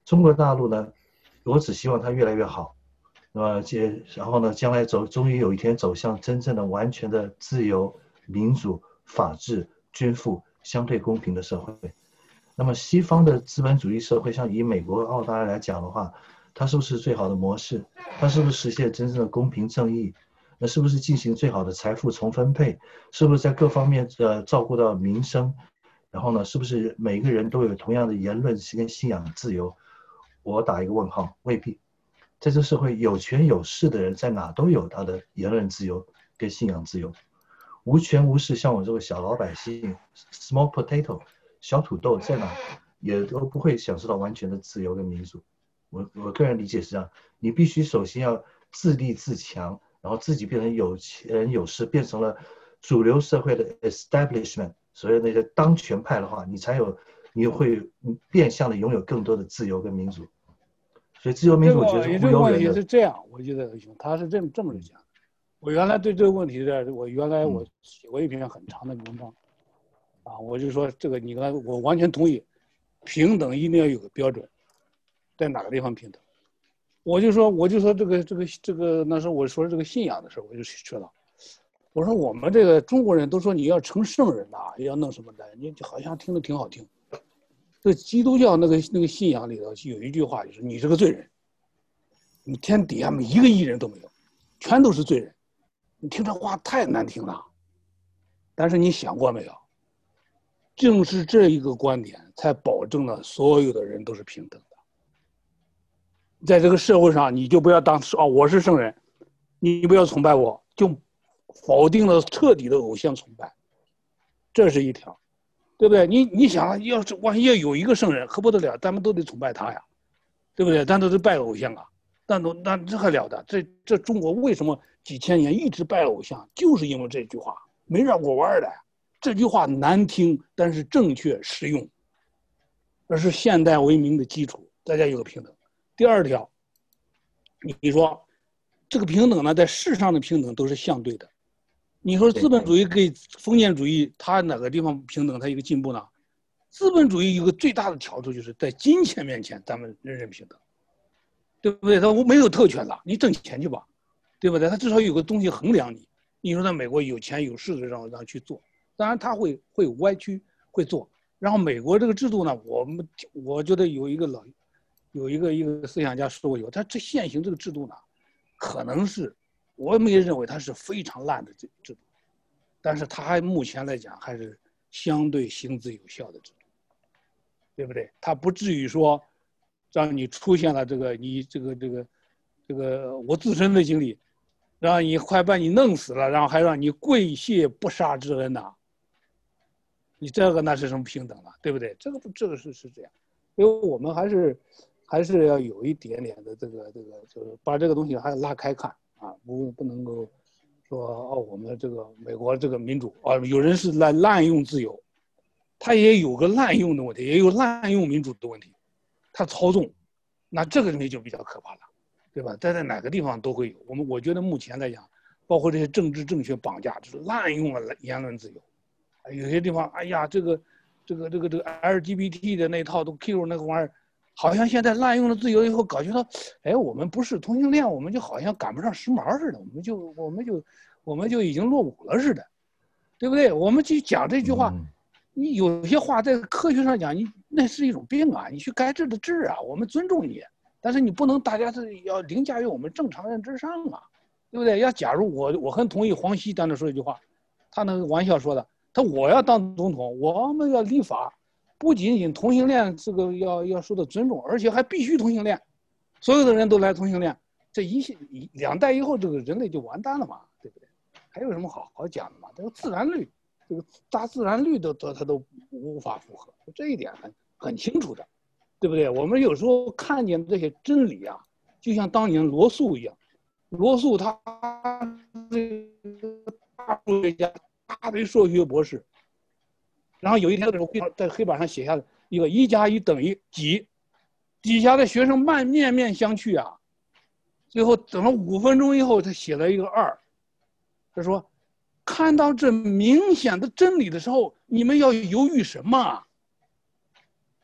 中国大陆呢，我只希望它越来越好。那么接，然后呢，将来走，终于有一天走向真正的、完全的自由、民主、法治、均富、相对公平的社会。那么西方的资本主义社会，像以美国、澳大利亚来讲的话，它是不是最好的模式？它是不是实现真正的公平正义？那是不是进行最好的财富重分配？是不是在各方面呃照顾到民生？然后呢，是不是每个人都有同样的言论跟信仰自由？我打一个问号，未必。在这社会有权有势的人在哪都有他的言论自由跟信仰自由，无权无势像我这个小老百姓 small potato 小土豆在哪也都不会享受到完全的自由跟民主。我我个人理解是这样，你必须首先要自立自强，然后自己变成有钱有势，变成了主流社会的 establishment， 所谓那些当权派的话，你才有你会变相的拥有更多的自由跟民主。所以自由民主我觉得是这个问题是这样，我觉得他是这么这么讲。我原来对这个问题的，我原来我写过一篇很长的文章，啊，我就说这个你刚才我完全同意，平等一定要有个标准，在哪个地方平等？我就说我就说这个这个这个那时候我说这个信仰的时候，我就说到，我说我们这个中国人都说你要成圣人呐、啊，要弄什么的，你就好像听着挺好听。这基督教那个那个信仰里头有一句话，就是你是个罪人，你天底下每一个义人都没有，全都是罪人。你听这话太难听了，但是你想过没有？正是这一个观点，才保证了所有的人都是平等的。在这个社会上，你就不要当啊，我是圣人，你不要崇拜我，就否定了彻底的偶像崇拜，这是一条。对不对？你你想，要是万一要有一个圣人，可不得了，咱们都得崇拜他呀，对不对？咱都是拜偶像啊，但都那这还了得？这这中国为什么几千年一直拜偶像？就是因为这句话没绕过弯的。这句话难听，但是正确实用，这是现代文明的基础。大家有个平等。第二条，你说这个平等呢，在世上的平等都是相对的。你说资本主义跟封建主义，它哪个地方平等，它有个进步呢？资本主义有个最大的条处，就是在金钱面前，咱们人人平等，对不对？它没有特权了，你挣钱去吧，对不对？它至少有个东西衡量你。你说在美国有钱有势的让让去做，当然他会会歪曲会做。然后美国这个制度呢，我们我觉得有一个老有一个一个思想家说过有，他这现行这个制度呢，可能是。我们也认为它是非常烂的制度，但是它还目前来讲还是相对行之有效的制度，对不对？它不至于说让你出现了这个你这个这个这个我自身的经历，让你快把你弄死了，然后还让你跪谢不杀之恩呐、啊，你这个那是什么平等了，对不对？这个不这个是是这样，所以我们还是还是要有一点点的这个这个就是把这个东西还要拉开看。啊，不不能够说哦，我们这个美国这个民主啊，有人是滥滥用自由，他也有个滥用的问题，也有滥用民主的问题，他操纵，那这个东西就比较可怕了，对吧？但在哪个地方都会有。我们我觉得目前来讲，包括这些政治正确绑架，就是滥用了言论自由，有些地方，哎呀，这个这个这个这个 L G B T 的那套都 Q 那个玩意儿。好像现在滥用了自由以后，感觉到，哎，我们不是同性恋，我们就好像赶不上时髦似的，我们就我们就我们就已经落伍了似的，对不对？我们去讲这句话，你有些话在科学上讲，你那是一种病啊，你去该治的治啊，我们尊重你，但是你不能大家是要凌驾于我们正常人之上啊，对不对？要假如我我很同意黄熙当时说一句话，他那个玩笑说的，他我要当总统，我们要立法。不仅仅同性恋这个要要受到尊重，而且还必须同性恋，所有的人都来同性恋，这一系两代以后，这个人类就完蛋了嘛，对不对？还有什么好好讲的嘛？这个自然律，这个大自然律都都它都无法符合，这一点很很清楚的，对不对？我们有时候看见这些真理啊，就像当年罗素一样，罗素他是大数学家，大堆数学博士。然后有一天的时候，在黑板上写下一个一加一等于几，底下的学生慢面面相觑啊，最后等了五分钟以后，他写了一个二。他说：“看到这明显的真理的时候，你们要犹豫什么？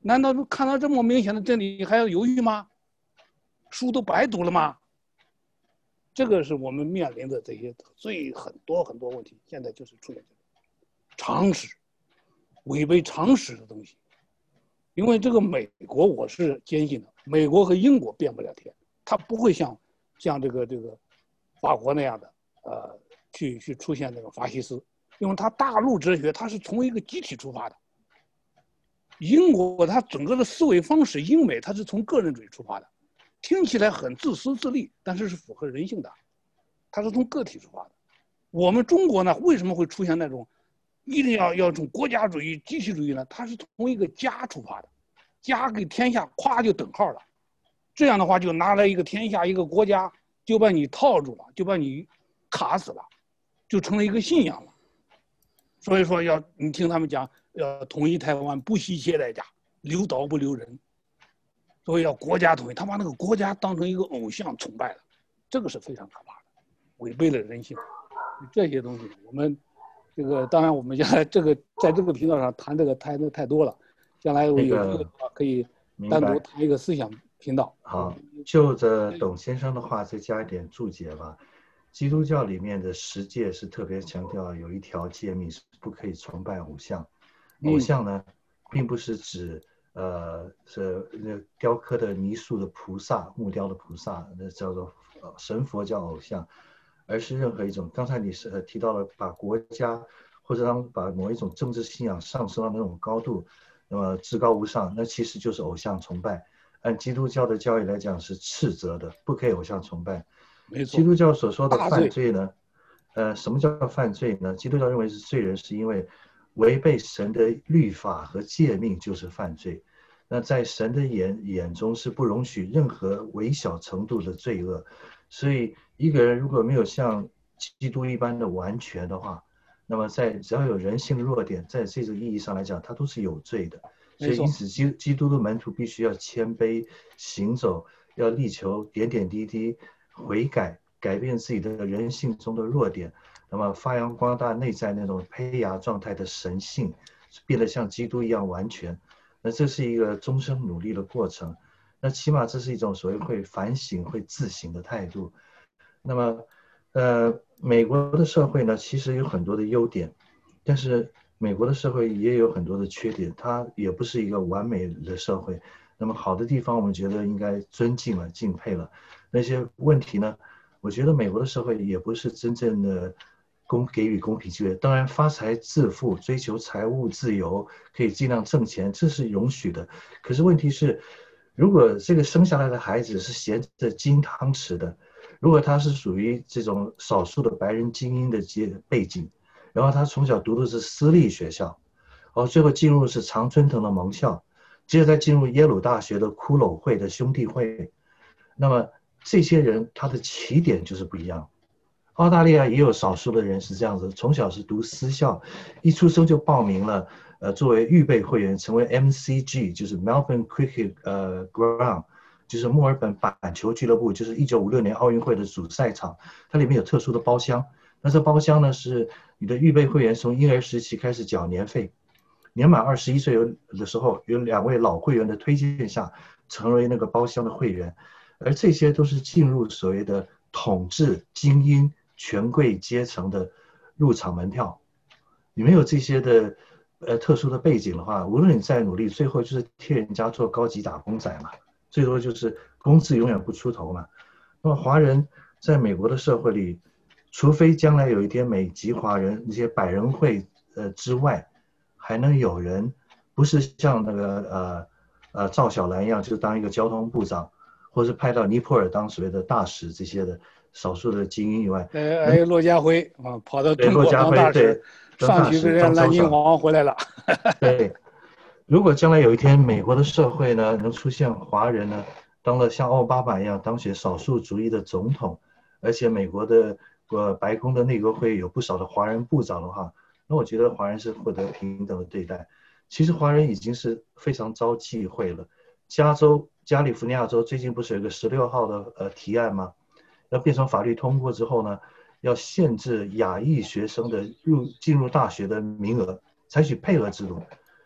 难道看到这么明显的真理还要犹豫吗？书都白读了吗？这个是我们面临的这些最很多很多问题，现在就是出现这个常识违背常识的东西。因为这个美国，我是坚信的，美国和英国变不了天，它不会像像这个这个法国那样的呃去去出现这个法西斯，因为它大陆哲学它是从一个集体出发的。英国它整个的思维方式，英美它是从个人主义出发的，听起来很自私自利，但是是符合人性的，它是从个体出发的。我们中国呢，为什么会出现那种一定要要从国家主义、集体主义呢？它是从一个家出发的，家给天下咵就等号了，这样的话就拿来一个天下一个国家就把你套住了，就把你卡死了，就成了一个信仰了。所以说要你听他们讲要统一台湾不惜一切代价，留岛不留人，所以要国家统一，他把那个国家当成一个偶像崇拜了，这个是非常可怕的，违背了人性。这些东西我们这个当然我们将来这个在这个频道上谈这个谈的太多了，将来我有机会的话可以单独谈一个思想频道。 好，就着董先生的话再加一点注解吧。基督教里面的十诫是特别强调有一条诫命是不可以崇拜偶像。偶像呢，并不是指呃是那雕刻的泥塑的菩萨、木雕的菩萨，那叫做神佛叫偶像，而是任何一种。刚才你是提到了把国家或者让把某一种政治信仰上升到那种高度，那么至高无上，那其实就是偶像崇拜。按基督教的教义来讲是斥责的，不可以偶像崇拜。基督教所说的犯罪呢，呃，什么叫犯罪呢？基督教认为是罪人，是因为违背神的律法和诫命就是犯罪。那在神的眼眼中是不容许任何微小程度的罪恶。所以一个人如果没有像基督一般的完全的话，那么在只要有人性的弱点，在这个意义上来讲，他都是有罪的。所以因此基基督的门徒必须要谦卑行走，要力求点点滴滴悔改，改变自己的人性中的弱点，那么发扬光大内在那种胚芽状态的神性，变得像基督一样完全。那这是一个终生努力的过程。那起码这是一种所谓会反省、会自省的态度。那么，呃，美国的社会呢，其实有很多的优点，但是美国的社会也有很多的缺点，它也不是一个完美的社会。那么好的地方，我们觉得应该尊敬了、敬佩了。那些问题呢，我觉得美国的社会也不是真正的公给予公平机会。当然，发财致富、追求财务自由，可以尽量挣钱，这是容许的。可是问题是，如果这个生下来的孩子是衔着金汤匙的，如果他是属于这种少数的白人精英的背景，然后他从小读的是私立学校，哦，最后进入是常春藤的盟校，接着再进入耶鲁大学的骷髅会的兄弟会，那么这些人他的起点就是不一样。澳大利亚也有少数的人是这样子，从小是读私校，一出生就报名了，呃，作为预备会员，成为 M C G， 就是 Melbourne Cricket 呃 Ground， 就是墨尔本板球俱乐部，就是一九五六年奥运会的主赛场，它里面有特殊的包厢。那这包厢呢，是你的预备会员从婴儿时期开始缴年费，年满二十一岁的时候，有两位老会员的推荐下，成为那个包厢的会员，而这些都是进入所谓的统治精英权贵阶层的入场门票。你没有这些的呃特殊的背景的话，无论你再努力，最后就是替人家做高级打工仔嘛，最多就是工资永远不出头嘛。那么华人在美国的社会里，除非将来有一天美籍华人那些百人会呃之外，还能有人不是像那个呃呃赵小兰一样，就当一个交通部长，或是派到尼泊尔当所谓的大使这些的少数的精英以外， 哎哎，骆家辉啊，跑到中国当大使，上去跟人家蓝金黄回来了。 对，如果将来有一天美国的社会呢，能出现华人呢，当了像奥巴马一样当选少数族裔的总统，而且美国的呃白宫的内阁会有不少的华人部长的话，那我觉得华人是获得平等的对待。其实华人已经是非常遭忌讳了。加州加利福尼亚州最近不是有一个十六号的呃提案吗？要变成法律通过之后呢，要限制亚裔学生的入进入大学的名额，采取配额制度。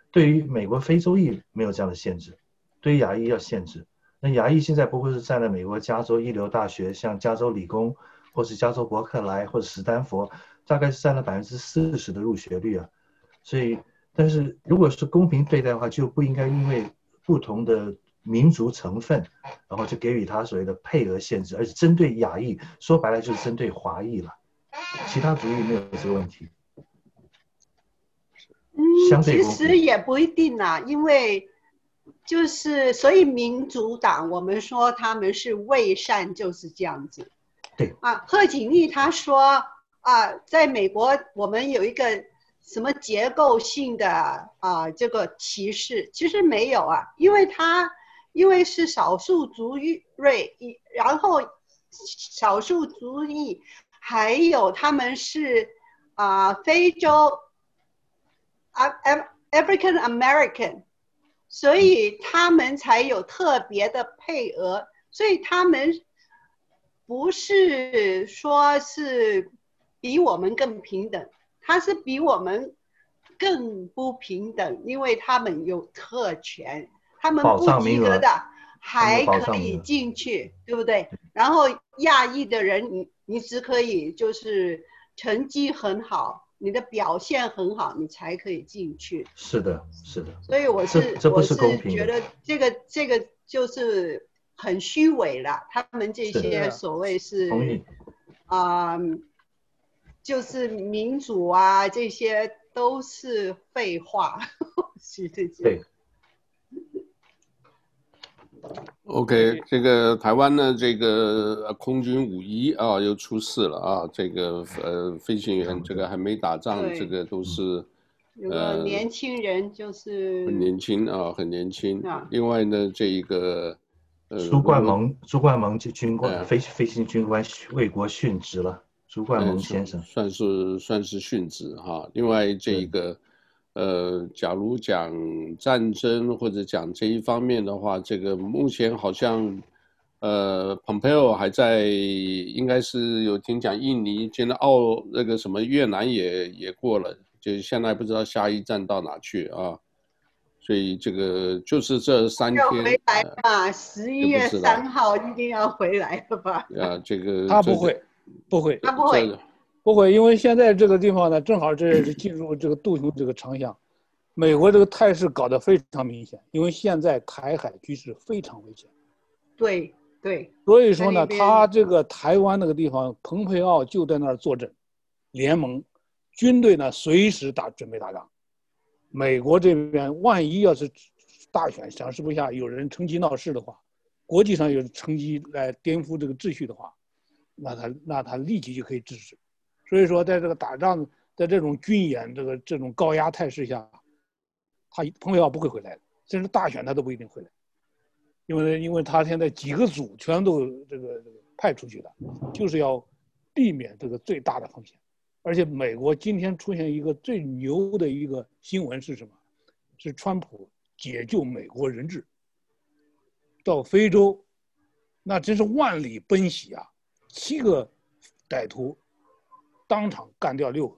对于美国非洲裔没有这样的限制，对于亚裔要限制。那亚裔现在不过是占了美国加州一流大学，像加州理工，或是加州伯克莱，或者史丹佛，大概是占了百分之四十的入学率啊。所以，但是如果是公平对待的话，就不应该因为不同的民族成分，然后就给予他所谓的配额限制，而且针对亚裔，说白了就是针对华裔了，其他族裔没有这个问题。 嗯，其实也不一定啦，因为就是所以民主党我们说他们是为善，就是这样子。 对啊，贺锦丽他说啊，在美国我们有一个什么结构性的啊这个歧视，其实没有啊，因为他因为是少数族裔，然后少数族裔还有他们是啊非洲。African American， 所以他们才有特别的配额，所以他们不是说是比我们更平等，他是比我们更不平等，因为他们有特权，他们不及格的还可以进去，对不对？然后亚裔的人，你你只可以就是成绩很好。你的表现很好，你才可以进去。 是的，是的。 所以我是这不是公平的。 我是觉得这个这个就是很虚伪了。他们这些所谓是啊、呃，就是民主啊，这些都是废话。是这些。 对。 OK， 这个台湾呢，这个空军五一啊又出事了啊，这个呃飞行员这个还没打仗，这个都是有个年轻人就是很年轻啊，很年轻。啊、另外呢，这一个呃朱冠蒙，朱冠蒙军官、呃、飞飞行军官为国殉职了，朱冠蒙先生、 呃、算是算是殉职哈。另外这一个。呃，假如讲战争或者讲这一方面的话，这个目前好像，呃 ，Pompeo 还在，应该是有听讲印尼，现在澳那个什么越南也也过了，就现在不知道下一站到哪去啊。所以这个就是这三天要回来吧，十一月三号一定要回来了吧？ 啊，这个他不会，不会， 他不会。 不会，因为现在这个地方呢，正好这是进入这个杜雄这个长项，美国这个态势搞得非常明显，因为现在台海局势非常危险。 对对。 所以说呢，他这个台湾那个地方，蓬佩奥就在那儿坐镇，联盟军队呢随时打准备打仗。美国这边万一要是大选想势不下，有人趁机闹事的话，国际上有趁机来颠覆这个秩序的话，那他那他立即就可以制止。所以说，在这个打仗，在这种军演这个这种高压态势下，他蓬佩奥不会回来的，甚至大选他都不一定回来，因为因为他现在几个组全都这个这个派出去的，就是要避免这个最大的风险。而且美国今天出现一个最牛的一个新闻是什么？是川普解救美国人质，到非洲，那真是万里奔袭啊！七个歹徒。当场干掉六个，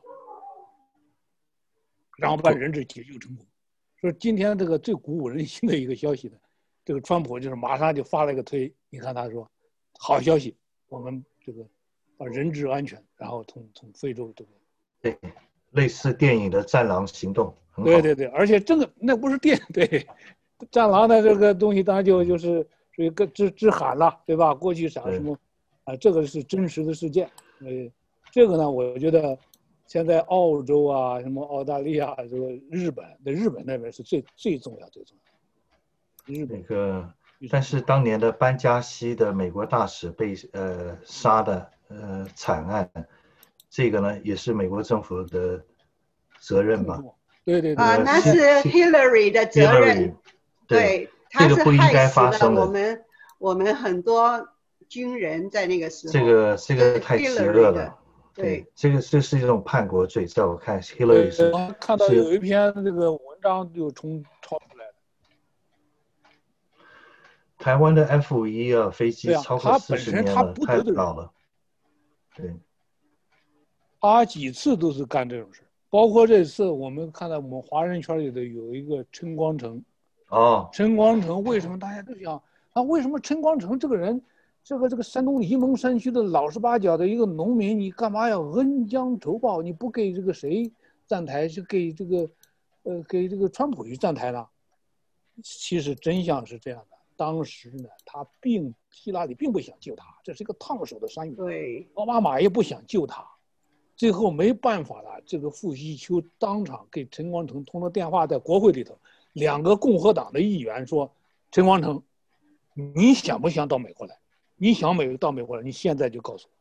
然后把人质解救成功。说今天这个最鼓舞人心的一个消息呢，这个川普就是马上就发了一个推，你看他说，好消息，我们这个把人质安全，然后从从非洲这个， 对，类似电影的《战狼行动》。 对对对，而且这个那不是电对，战狼的这个东西当然就就是属于个之之喊了，对吧？过去啥什么，啊，这个是真实的事件，呃。这个呢，我觉得现在澳洲啊，什么澳大利亚，这个日本，在日本那边是最最重要、最重要。日本那个，但是当年的班加西的美国大使被呃杀的呃惨案，这个呢也是美国政府的责任吧？ 对对对。 啊，那是 Hillary 的责任。对，他是害死了我们我们很多军人在那个时候。 这个这个太邪恶了。对，这个这是一种叛国罪，在我看 ，Hillary 是。 我看到有一篇这个文章就从抄出来了。 台湾的 F 一啊，飞机超过四十年了，太老了。对。 他几次都是干这种事， 包括这次我们看到我们华人圈里的有一个陈光诚， 哦， 陈光诚为什么大家都想啊？为什么陈光诚这个人，这个这个山东沂蒙山区的老实巴交的一个农民，你干嘛要恩将仇报？你不给这个谁站台，是给这个，呃，给这个川普去站台呢？其实真相是这样的，当时呢，他并希拉里并不想救他，这是一个烫手的山芋。 对， 奥巴马也不想救他。最后没办法了，这个傅西秋当场给陈光诚通了电话，在国会里头，两个共和党的议员说：“陈光诚，你想不想到美国来？你想美到美国来，你现在就告诉我。”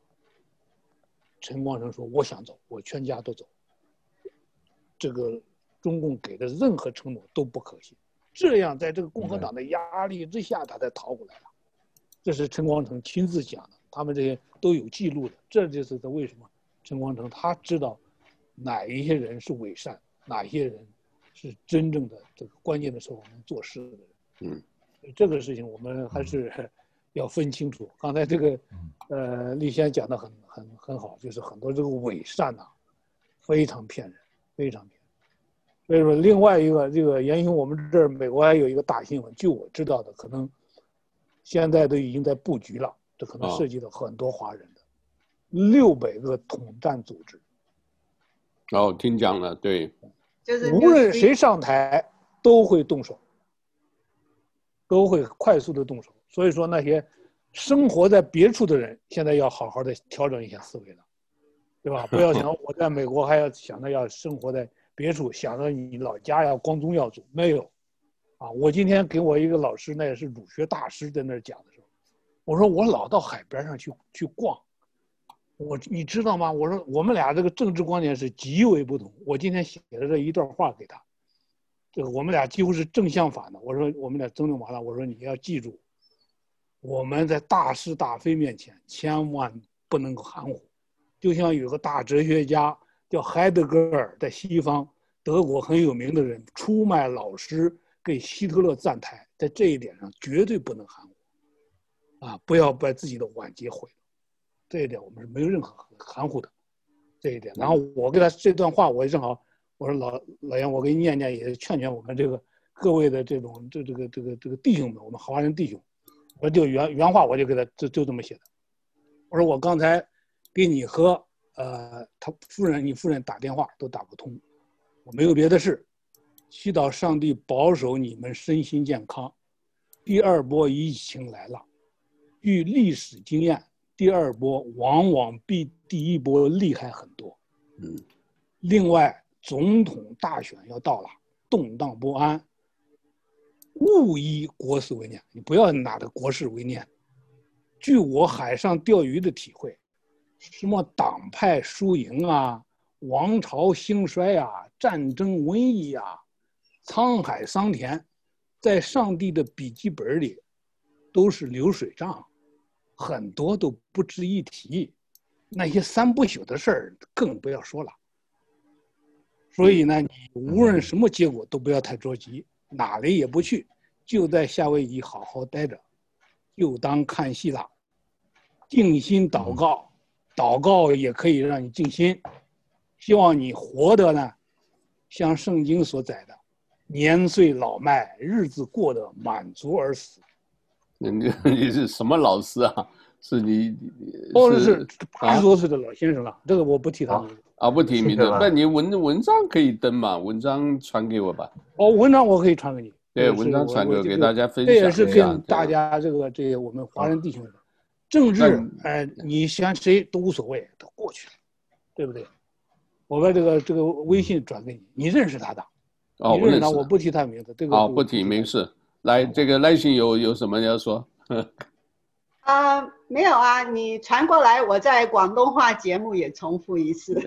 陈光诚说：“我想走，我全家都走。”这个中共给的任何承诺都不可信。这样，在这个共和党的压力之下，他才逃过来了。这是陈光诚亲自讲的，他们这些都有记录的。这就是他为什么。陈光诚他知道哪一些人是伪善，哪些人是真正的这个关键的时候能做事的人。 嗯， 这个事情我们还是要分清楚。刚才这个呃立先讲的很很很好，就是很多这个伪善呐、啊，非常骗人，非常骗人。所以说，另外一个这个研究我们这儿美国还有一个大新闻，据我知道的，可能现在都已经在布局了，这可能涉及到很多华人的。六百个统战组织， 哦，听讲了，对， 就是无论谁上台都会动手，都会快速的动手。所以说，那些生活在别处的人，现在要好好的调整一下思维了，对吧？不要想我在美国还要想着要生活在别处，想着你老家要光宗耀祖，没有，啊！我今天给我一个老师，那也是儒学大师，在那儿讲的时候，我说我老到海边上去去逛。我你知道吗？我说我们俩这个政治观点是极为不同。我今天写的这一段话给他，这个我们俩几乎是正相反的。我说我们俩争论完了，我说你要记住，我们在大是大非面前千万不能够含糊。就像有个大哲学家叫海德格尔，在西方德国很有名的人，出卖老师给希特勒站台，在这一点上绝对不能含糊，啊，不要把自己的晚节毁了。这一点我们是没有任何含糊的，这一点。然后我给他这段话，我正好我说老老杨，我给你念念，也劝劝我们这个各位的这种这这个这个这个弟兄们，我们华人弟兄，我就原原话我就给他就就这么写的。我说我刚才给你和呃他夫人你夫人打电话都打不通，我没有别的事，祈祷上帝保守你们身心健康。第二波疫情来了，据历史经验。第二波往往比第一波厉害很多。 嗯， 另外，总统大选要到了，动荡不安，勿以国事为念，你不要拿着国事为念。据我海上钓鱼的体会，什么党派输赢啊，王朝兴衰啊，战争瘟疫啊，沧海桑田，在上帝的笔记本里都是流水账。很多都不值一提，那些三不朽的事儿更不要说了。所以呢，你无论什么结果都不要太着急，哪里也不去，就在夏威夷好好待着，就当看戏了。静心祷告，祷告也可以让你静心。希望你活得呢，像圣经所载的，年岁老迈，日子过得满足而死。 你你是什么老师啊？是你？ 哦，是八十多岁的老先生了，啊、这个我不提他名字啊，不提名字。那你文文章可以登嘛？文章传给我吧。 哦，文章我可以传给你。 对，文章传给我，给大家分享。 这也是跟大家这个这个我们华人弟兄的政治，哎、呃，你选谁都无所谓，都过去了，对不对？我把这个这个微信转给你，你认识他的。 哦， 你认识他，我不提他名字。这个哦，不提，没事。来，这个赖信有有什么要说？ 啊、呃，没有啊，你传过来，我在广东话节目也重复一次。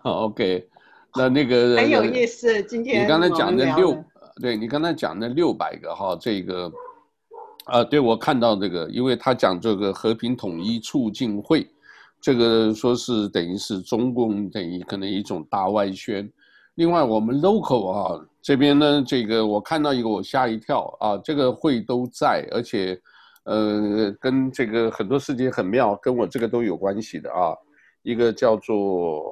OK， 那那个很有意思。今天你刚才讲的六，对你刚才讲的六百个哈，这个啊、呃，对我看到这个，因为他讲这个和平统一促进会，这个说是等于是中共等于可能一种大外宣。另外我们 local 啊这边呢，这个我看到一个我吓一跳啊，这个会都在，而且呃跟这个很多事情很妙，跟我这个都有关系的啊。一个叫做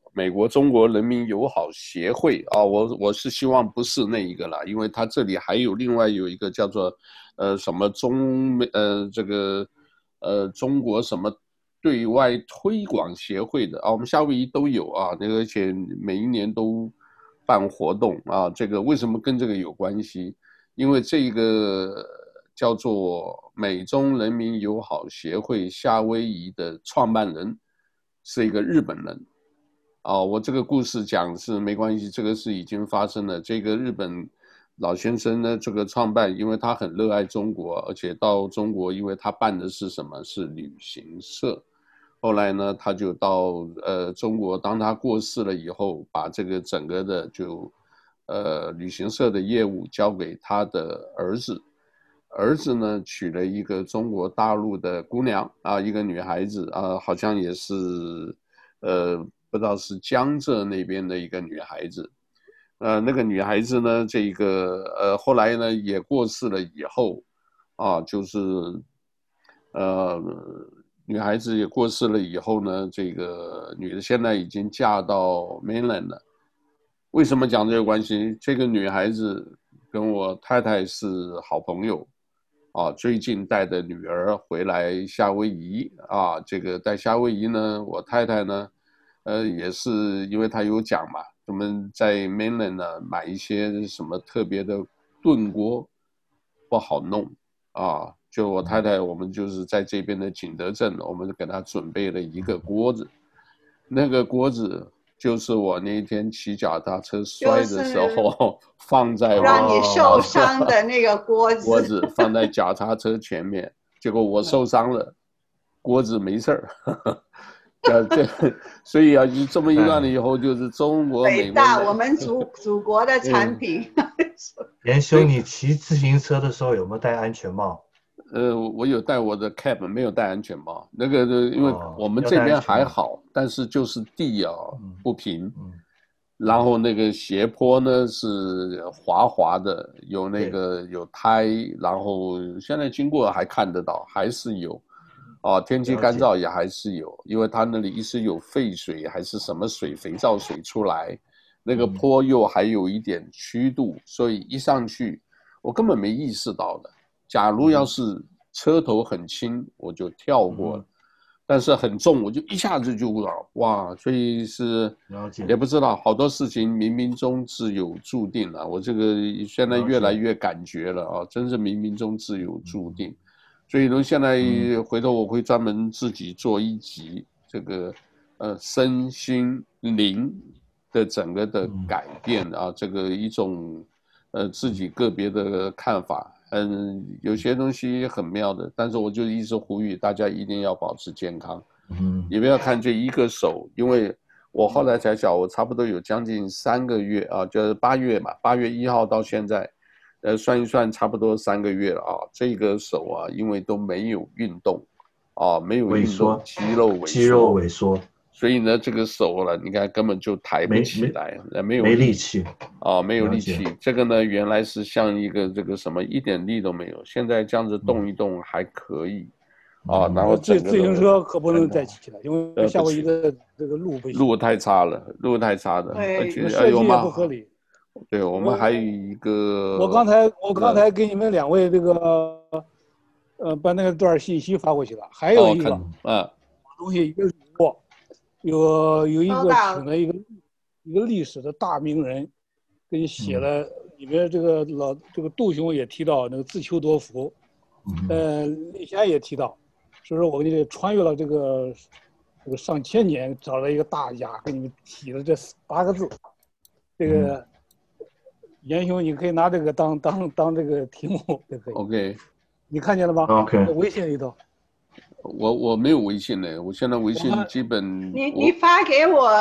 美国中国人民友好协会啊，我我是希望不是那一个了，因为它这里还有另外有一个叫做呃什么中呃这个呃中国什么对外推广协会的啊，我们夏威夷都有啊，那个而且每一年都办活动啊，这个为什么跟这个有关系？因为这个叫做美中人民友好协会夏威夷的创办人是一个日本人。哦，我这个故事讲是没关系，这个是已经发生了。这个日本老先生呢，这个创办，因为他很热爱中国，而且到中国，因为他办的是什么？是旅行社。后来呢，他就到呃中国，当他过世了以后，把这个整个的就呃旅行社的业务交给他的儿子。儿子呢娶了一个中国大陆的姑娘啊，一个女孩子啊，好像也是呃不知道是江浙那边的一个女孩子。呃，那个女孩子呢，这个呃后来呢也过世了以后啊，就是呃女孩子也过世了以后呢，这个女的现在已经嫁到 mainland 了。为什么讲这个关系？这个女孩子跟我太太是好朋友啊，最近带的女儿回来夏威夷啊，这个在夏威夷呢，我太太呢，呃，也是因为她有讲嘛，我们在 mainland 呢买一些什么特别的炖锅不好弄啊，就我太太我们就是在这边的景德镇，我们给她准备了一个锅子，那个锅子就是我那一天骑脚踏车摔的时候放在我让你受伤的那个锅子， 锅子放在脚踏车前面，结果我受伤了，锅子没事儿。呃，这所以啊，这么一乱了以后，就是中国、美国伟大，我们祖祖国的产品。 严兄，你骑自行车的时候有没有戴安全帽？ 呃，我有戴我的 cap， 没有戴安全帽。那个，因为我们这边还好，哦、但是就是地啊不平，嗯、然后那个斜坡呢是滑滑的，有那个有胎，然后现在经过还看得到，还是有。哦，天气干燥也还是有，因为它那里一直有废水还是什么水，肥皂水出来，那个坡又还有一点曲度，所以一上去我根本没意识到的。假如要是车头很轻，我就跳过了，但是很重，我就一下子就哇，所以是也不知道，好多事情冥冥中自有注定了。我这个现在越来越感觉了啊，真是冥冥中自有注定。所以呢，现在回头我会专门自己做一集这个，呃，身心灵的整个的改变啊，这个一种，呃，自己个别的看法，嗯，有些东西很妙的，但是我就一直呼吁大家一定要保持健康，嗯，也不要看这一个手，因为我后来才晓，我差不多有将近三个月啊，就是八月嘛，八月一号到现在。呃，算一算，差不多三个月了啊。这个手啊，因为都没有运动，啊，没有运动，肌肉萎缩， 肌肉萎缩， 所以呢，这个手了，你看根本就抬不起来，没没有没力气啊，没有力气。这个呢，原来是像一个这个什么，一点力都没有。现在这样子动一动还可以，嗯、啊，然后自自行车可不能再骑了，因为夏威夷的这个路不行， 路太差了，路太差了，而且设计也不合理。 对，我们还有一个， 我刚才我刚才给你们两位这个，呃，把那个段信息发过去了。还有一个， 啊， 东西有有有一个请了一个一个历史的大名人，给你写了，里面这个老这个杜兄也提到那个自求多福，呃，李贤也提到，所以说我给你穿越了这个这个上千年，找了一个大家给你们提了这八个字，这个。严兄，你可以拿这个当当当这个题目就可以。 OK， 你看见了吗 ？OK， 微信里头。 我我没有微信呢，我现在微信基本。 你你发给我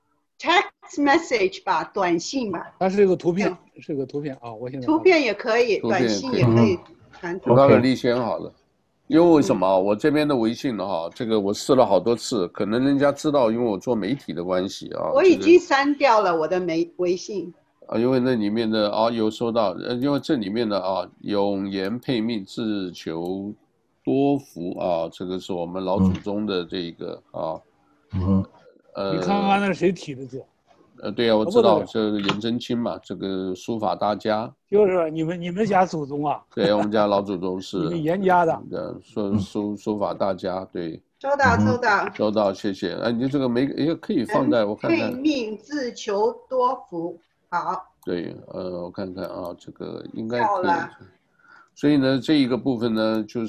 text message 吧，短信吧。 它是一个图片，是个图片啊，我现在。 图片也可以，短信也可以传图。 我发给立先好了，因为为什么我这边的微信哈，这个我试了好多次，可能人家知道，因为我做媒体的关系啊。 我已经删掉了我的媒微信。 啊，因为那里面的啊有收到，呃，因为这里面的啊永言配命自求多福啊，这个是我们老祖宗的这个啊，嗯， 呃， 你看看那是谁提的字？ 呃，对呀、啊，我知道，这个颜真卿嘛，这个书法大家， 就是你们你们家祖宗啊。 对，我们家老祖宗是你们严家的， 的，书书书法大家，对。 收到收到收到，谢谢。哎，你这个没也可以放在我看看。 配命自求多福，好。 对，呃，我看看啊，这个应该可以。所以呢，这一个部分呢，就是，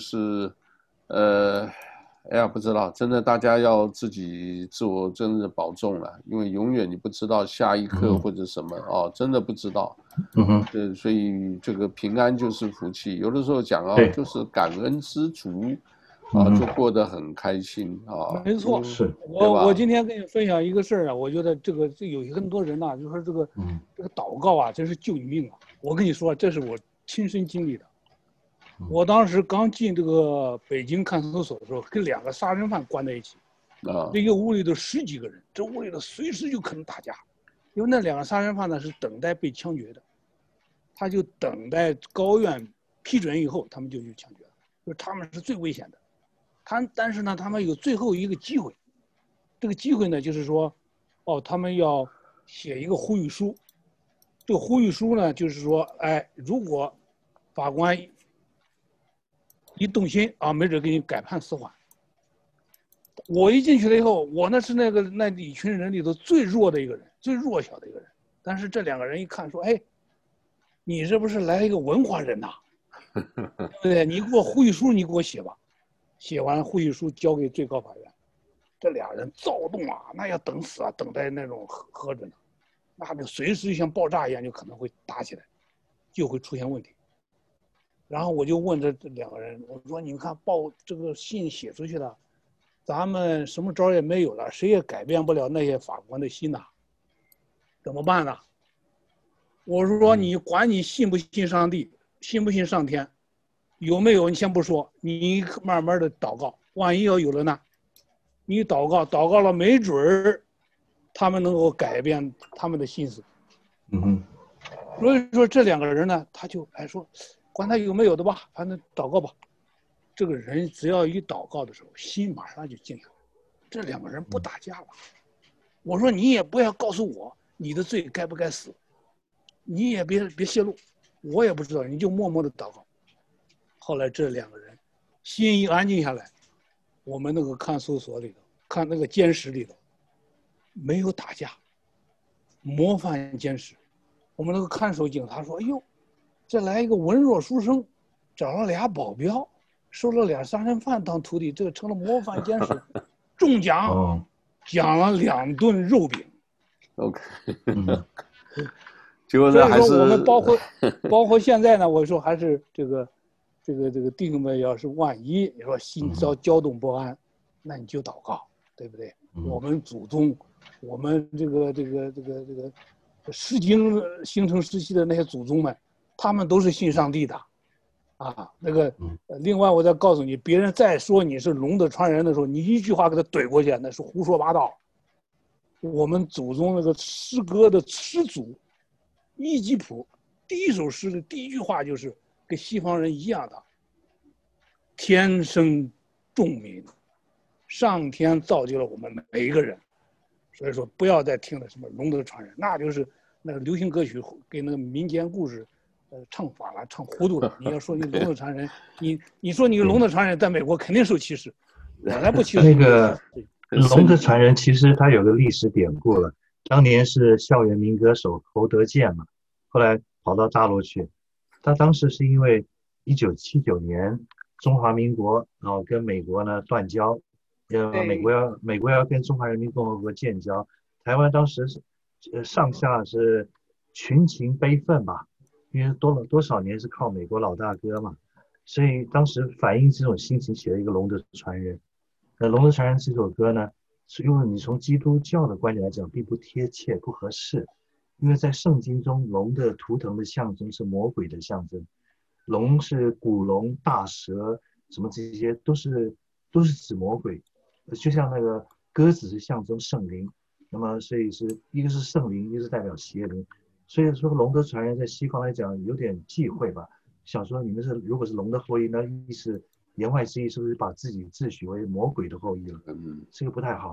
呃，哎呀，不知道，真的大家要自己自我真的保重了，因为永远你不知道下一刻或者什么哦、嗯，真的不知道。 嗯哼。 对，所以这个平安就是福气。有的时候讲啊，就是感恩知足。啊，就过得很开心啊！ 没错， 是我我今天跟你分享一个事儿啊，我觉得这个这有很多人呐、啊，就说这个、嗯、这个祷告啊，真是救你命啊！我跟你说，这是我亲身经历的。我当时刚进这个北京看守所的时候，跟两个杀人犯关在一起，啊，这个屋里头十几个人，这屋里头随时就可能打架，因为那两个杀人犯呢是等待被枪决的，他就等待高院批准以后，他们就去枪决了，就他们是最危险的。他但是呢，他们有最后一个机会，这个机会呢，就是说，哦，他们要写一个呼吁书。这个呼吁书呢，就是说，哎，如果法官一动心啊，没准给你改判死缓。我一进去了以后，我那是那个那一群人里头最弱的一个人，最弱小的一个人。但是这两个人一看说，哎，你这不是来了一个文化人呐，对不对？你给我呼吁书，你给我写吧。写完呼吁书交给最高法院，这俩人躁动啊，那要等死啊，等待那种喝着呢，那就随时像爆炸一样，就可能会打起来，就会出现问题。然后我就问这两个人，我说：“你们看报这个信写出去了，咱们什么招也没有了，谁也改变不了那些法官的心呐，怎么办呢？”我说：“你管你信不信上帝，信不信上天。”有没有你先不说，你慢慢的祷告，万一要有了呢？你祷告，祷告了，没准儿他们能够改变他们的心思。 嗯哼。 所以说这两个人呢，他就哎说，管他有没有的吧，反正祷告吧。这个人只要一祷告的时候，心马上就静下来。这两个人不打架了。我说你也不要告诉我你的罪该不该死，你也别别泄露，我也不知道，你就默默的祷告。后来这两个人心一安静下来，我们那个看守所里头，看那个监室里头，没有打架，模范监室。我们那个看守警察说：“哎呦，这来一个文弱书生，找了俩保镖，收了俩杀人犯当徒弟，这个成了模范监室，中奖， 哦、 奖了两顿肉饼。” OK， 嗯， 结果呢还是所以说我们包括包括现在呢，我说还是这个。这个这个弟兄们，要是万一你说心焦焦动不安，那你就祷告，对不对？我们祖宗，我们这个这个这个这个诗经形成时期的那些祖宗们，他们都是信上帝的，啊，那个。另外，我再告诉你，别人再说你是龙的传人的时候，你一句话给他怼过去，那是胡说八道。我们祖宗那个诗歌的始祖，一吉普第一首诗的第一句话就是。跟西方人一样的，天生众民，上天造就了我们每一个人，所以说不要再听了什么龙的传人，那就是那个流行歌曲给那个民间故事，呃，唱反了，唱糊涂了。你要说你龙的传人，你你说你龙的传人，在美国肯定受歧视，本来不歧视。 那个龙的传人其实他有个历史典故了，当年是校园民歌手侯德健嘛，后来跑到大陆去。他当时是因为一九七九年中华民国然后跟美国呢断交，呃，美国要美国要跟中华人民共和国建交，台湾当时是呃上下是群情悲愤吧，因为多了多少年是靠美国老大哥嘛，所以当时反映这种心情写了一个《龙的传人》。那《龙的传人》这首歌呢，是因为你从基督教的观点来讲并不贴切不合适。因为在圣经中，龙的图腾的象征是魔鬼的象征，龙是古龙、大蛇，什么这些都是都是指魔鬼，就像那个鸽子是象征圣灵，那么所以是一个是圣灵，一个是代表邪灵，所以说龙的传人在西方来讲有点忌讳吧，想说你们是如果是龙的后裔，那意思言外之意是不是把自己自诩为魔鬼的后裔了？嗯，这个不太好。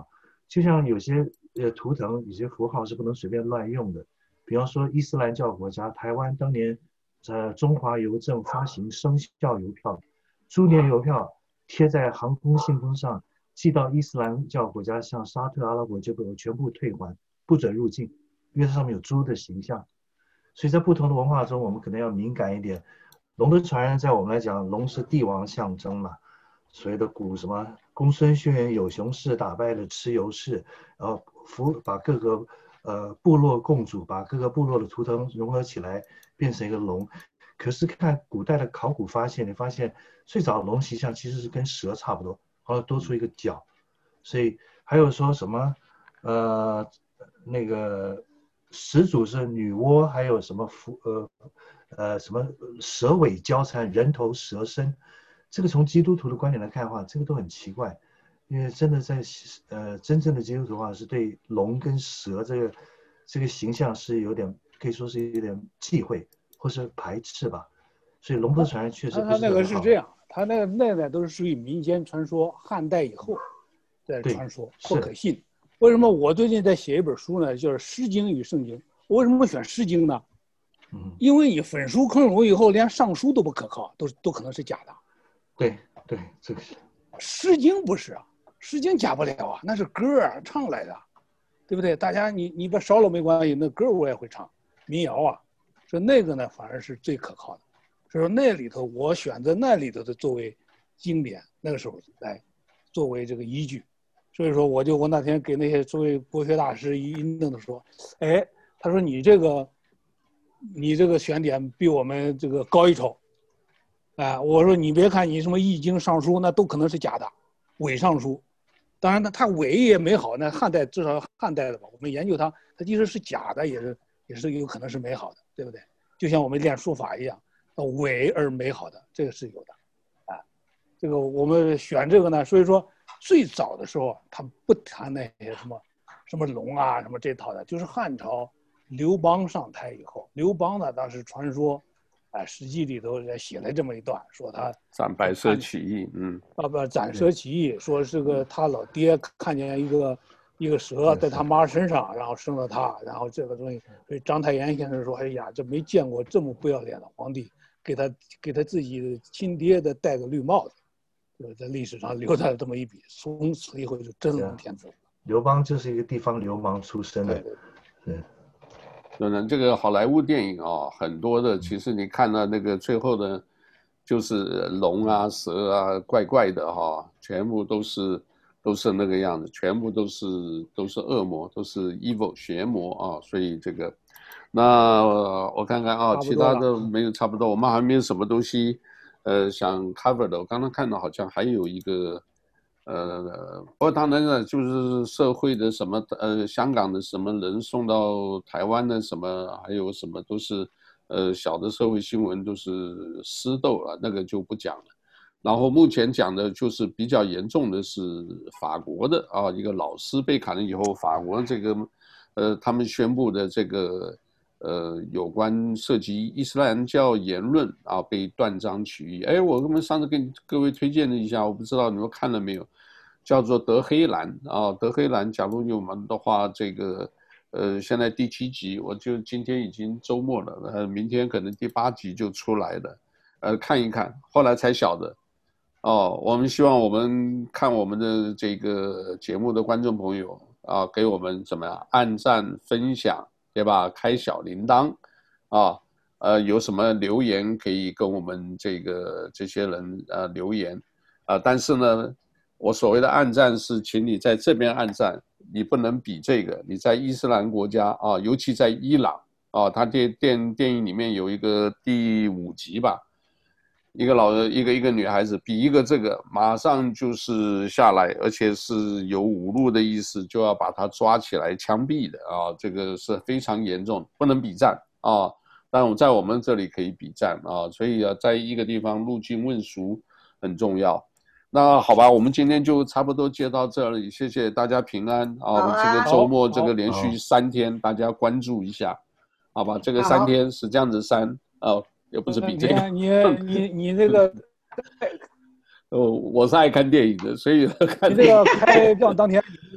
就像有些呃图腾、有些符号是不能随便乱用的。比方说伊斯兰教国家，台湾当年呃中华邮政发行生肖邮票，猪年邮票贴在航空信封上，寄到伊斯兰教国家，像沙特、阿拉伯就被我全部退还，不准入境，因为它上面有猪的形象。所以在不同的文化中，我们可能要敏感一点。龙的传人在我们来讲，龙是帝王象征嘛，所谓的古什么公孙炫有熊氏打败了蚩尤氏，然后服把各个呃部落共主，把各个部落的图腾融合起来，变成一个龙。可是看古代的考古发现，你发现最早的龙形象其实是跟蛇差不多，后来多出一个角。所以还有说什么呃那个始祖是女娲，还有什么伏呃呃什么蛇尾交缠，人头蛇身。这个从基督徒的观点来看的话，这个都很奇怪，因为真的在呃真正的基督徒的话，是对龙跟蛇这个这个形象是有点可以说是有点忌讳或是排斥吧。所以龙的传人确实不是很好。 他那个是这样，他那个那个都是属于民间传说，汉代以后的传说，不可信。为什么我最近在写一本书呢？就是《诗经与圣经》。我为什么选《诗经》呢？ 嗯， 因为你粉书坑儒以后，连尚书都不可靠，都都可能是假的。 对对，这个是。 《诗经》不是啊，《诗经》假不了啊，那是歌啊，唱来的，对不对？大家你你把烧了没关系，那歌我也会唱，民谣啊，所以那个呢反而是最可靠的。所以说那里头我选择那里头的作为经典，那个时候来作为这个依据。所以说我就我那天给那些作为国学大师一弄的说，哎，他说你这个你这个选点比我们这个高一筹。哎，我说你别看你什么易经尚书，那都可能是假的，伪尚书。当然呢，它伪也美好，那汉代至少汉代的吧，我们研究它，它即使是假的，也是也是有可能是美好的，对不对？就像我们练书法一样，伪而美好的，这个是有的。啊，这个我们选这个呢，所以说最早的时候他不谈那些什么什么龙啊什么这套的，就是汉朝刘邦上台以后，刘邦呢当时传说。哎，《史记》里头也写了这么一段，说他斩白蛇起义，嗯， 啊不，斩蛇起义，说这个他老爹看见一个一个蛇在他妈身上，然后生了他，然后这个东西，所以章太炎先生说，哎呀，这没见过这么不要脸的皇帝，给他给他自己亲爹的戴个绿帽子，就在历史上留下了这么一笔，从此以后就真龙天子。 刘邦就是一个地方流氓出身的， 对对对。 当然，这个好莱坞电影啊，很多的，其实你看到那个最后的，就是龙啊、蛇啊，怪怪的哈、啊，全部都是都是那个样子，全部都是都是恶魔，都是 evil 邪魔啊。所以这个，那我看看啊，其他的没有，差不多，我们还没有什么东西，呃，想 cover 的。我刚刚看到好像还有一个。呃，不过当然了，就是社会的什么，呃，香港的什么人送到台湾的什么，还有什么都是，呃，小的社会新闻都是私斗了，那个就不讲了。然后目前讲的就是比较严重的是法国的啊，一个老师被砍了以后，法国这个，呃，他们宣布的这个，呃，有关涉及伊斯兰教言论啊，被断章取义。哎，我我们上次跟各位推荐了一下，我不知道你们看了没有。叫做德黑兰啊，德黑兰，假如有门的话，这个呃，现在第七集，我就今天已经周末了，呃，明天可能第八集就出来了，呃，看一看，后来才晓得，哦，我们希望我们看我们的这个节目的观众朋友啊，给我们怎么样按赞分享，对吧？开小铃铛，啊，呃，有什么留言可以跟我们这个这些人呃留言，啊，但是呢。我所谓的按赞是，请你在这边按赞，你不能比这个。你在伊斯兰国家啊，尤其在伊朗啊，他电电电影里面有一个第五集吧，一个老一个一个女孩子比一个这个，马上就是下来，而且是有侮辱的意思，就要把她抓起来枪毙的啊，这个是非常严重，不能比赞啊。但我在我们这里可以比赞啊，所以啊，在一个地方入境问俗很重要。那好吧，我们今天就差不多接到这里，谢谢大家平安啊！我们这个周末这个连续三天，大家关注一下，好吧？这个三天是这样子删哦，也不是比这个。 你你你那个， 哦，我是爱看电影的，所以看你这个开票当天，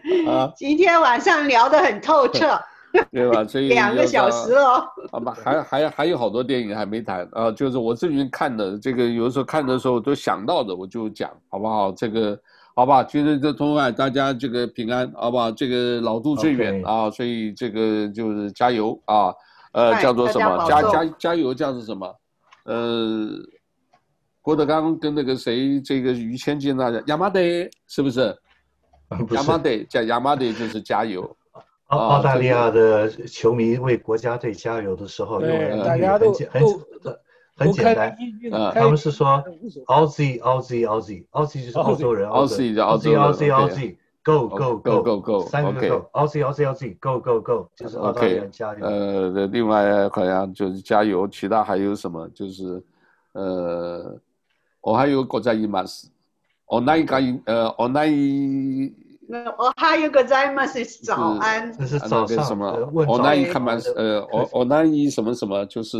啊， 今天晚上聊得很透彻， 对吧？所以两个小时哦。 好吧，还还还有好多电影还没谈啊，就是我最近看的，这个有的时候看的时候都想到的，我就讲，好不好？这个好吧，今日这通外大家这个平安，好不好？这个老渡最远 Okay. 啊，所以这个就是加油啊，呃，叫做什么？加加加油，叫做什么？呃。郭德纲跟那个谁，这个于谦见那亚麻得是不是？亚麻得加亚麻得就是加油。 澳澳大利亚的球迷为国家队加油的时候，用的大家都很很很简单，他们是说 Aussie Aussie Aussie Aussie 就是澳洲人 ，Aussie 澳洲 Aussie Aussie Go Go Go Go Go， 三个 Go Aussie Aussie Aussie Go Go Go 就是澳大利亚加油。 呃，另外好像就是加油，其他还有什么？就是呃。我还有国家伊马斯，我那一个呃，我那一， 我还有个在马是早安， 这是早上什么？我那一看马斯呃，我我那一什么什么就是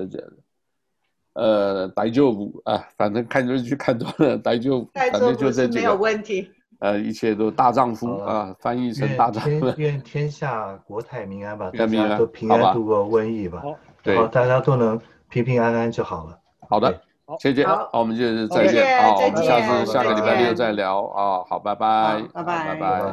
呃，大丈夫啊，反正看日剧看多了，大丈夫，反正就这几个， 没有问题。 呃，一切都大丈夫啊，翻译成大丈夫。 愿天下国泰民安吧， 大家都平安度过瘟疫吧， 对， 大家都能平平安安就好了。 好的。谢谢，好，我们就再见啊，我们下次下个礼拜六再聊啊，好，拜拜， 拜拜， 拜拜。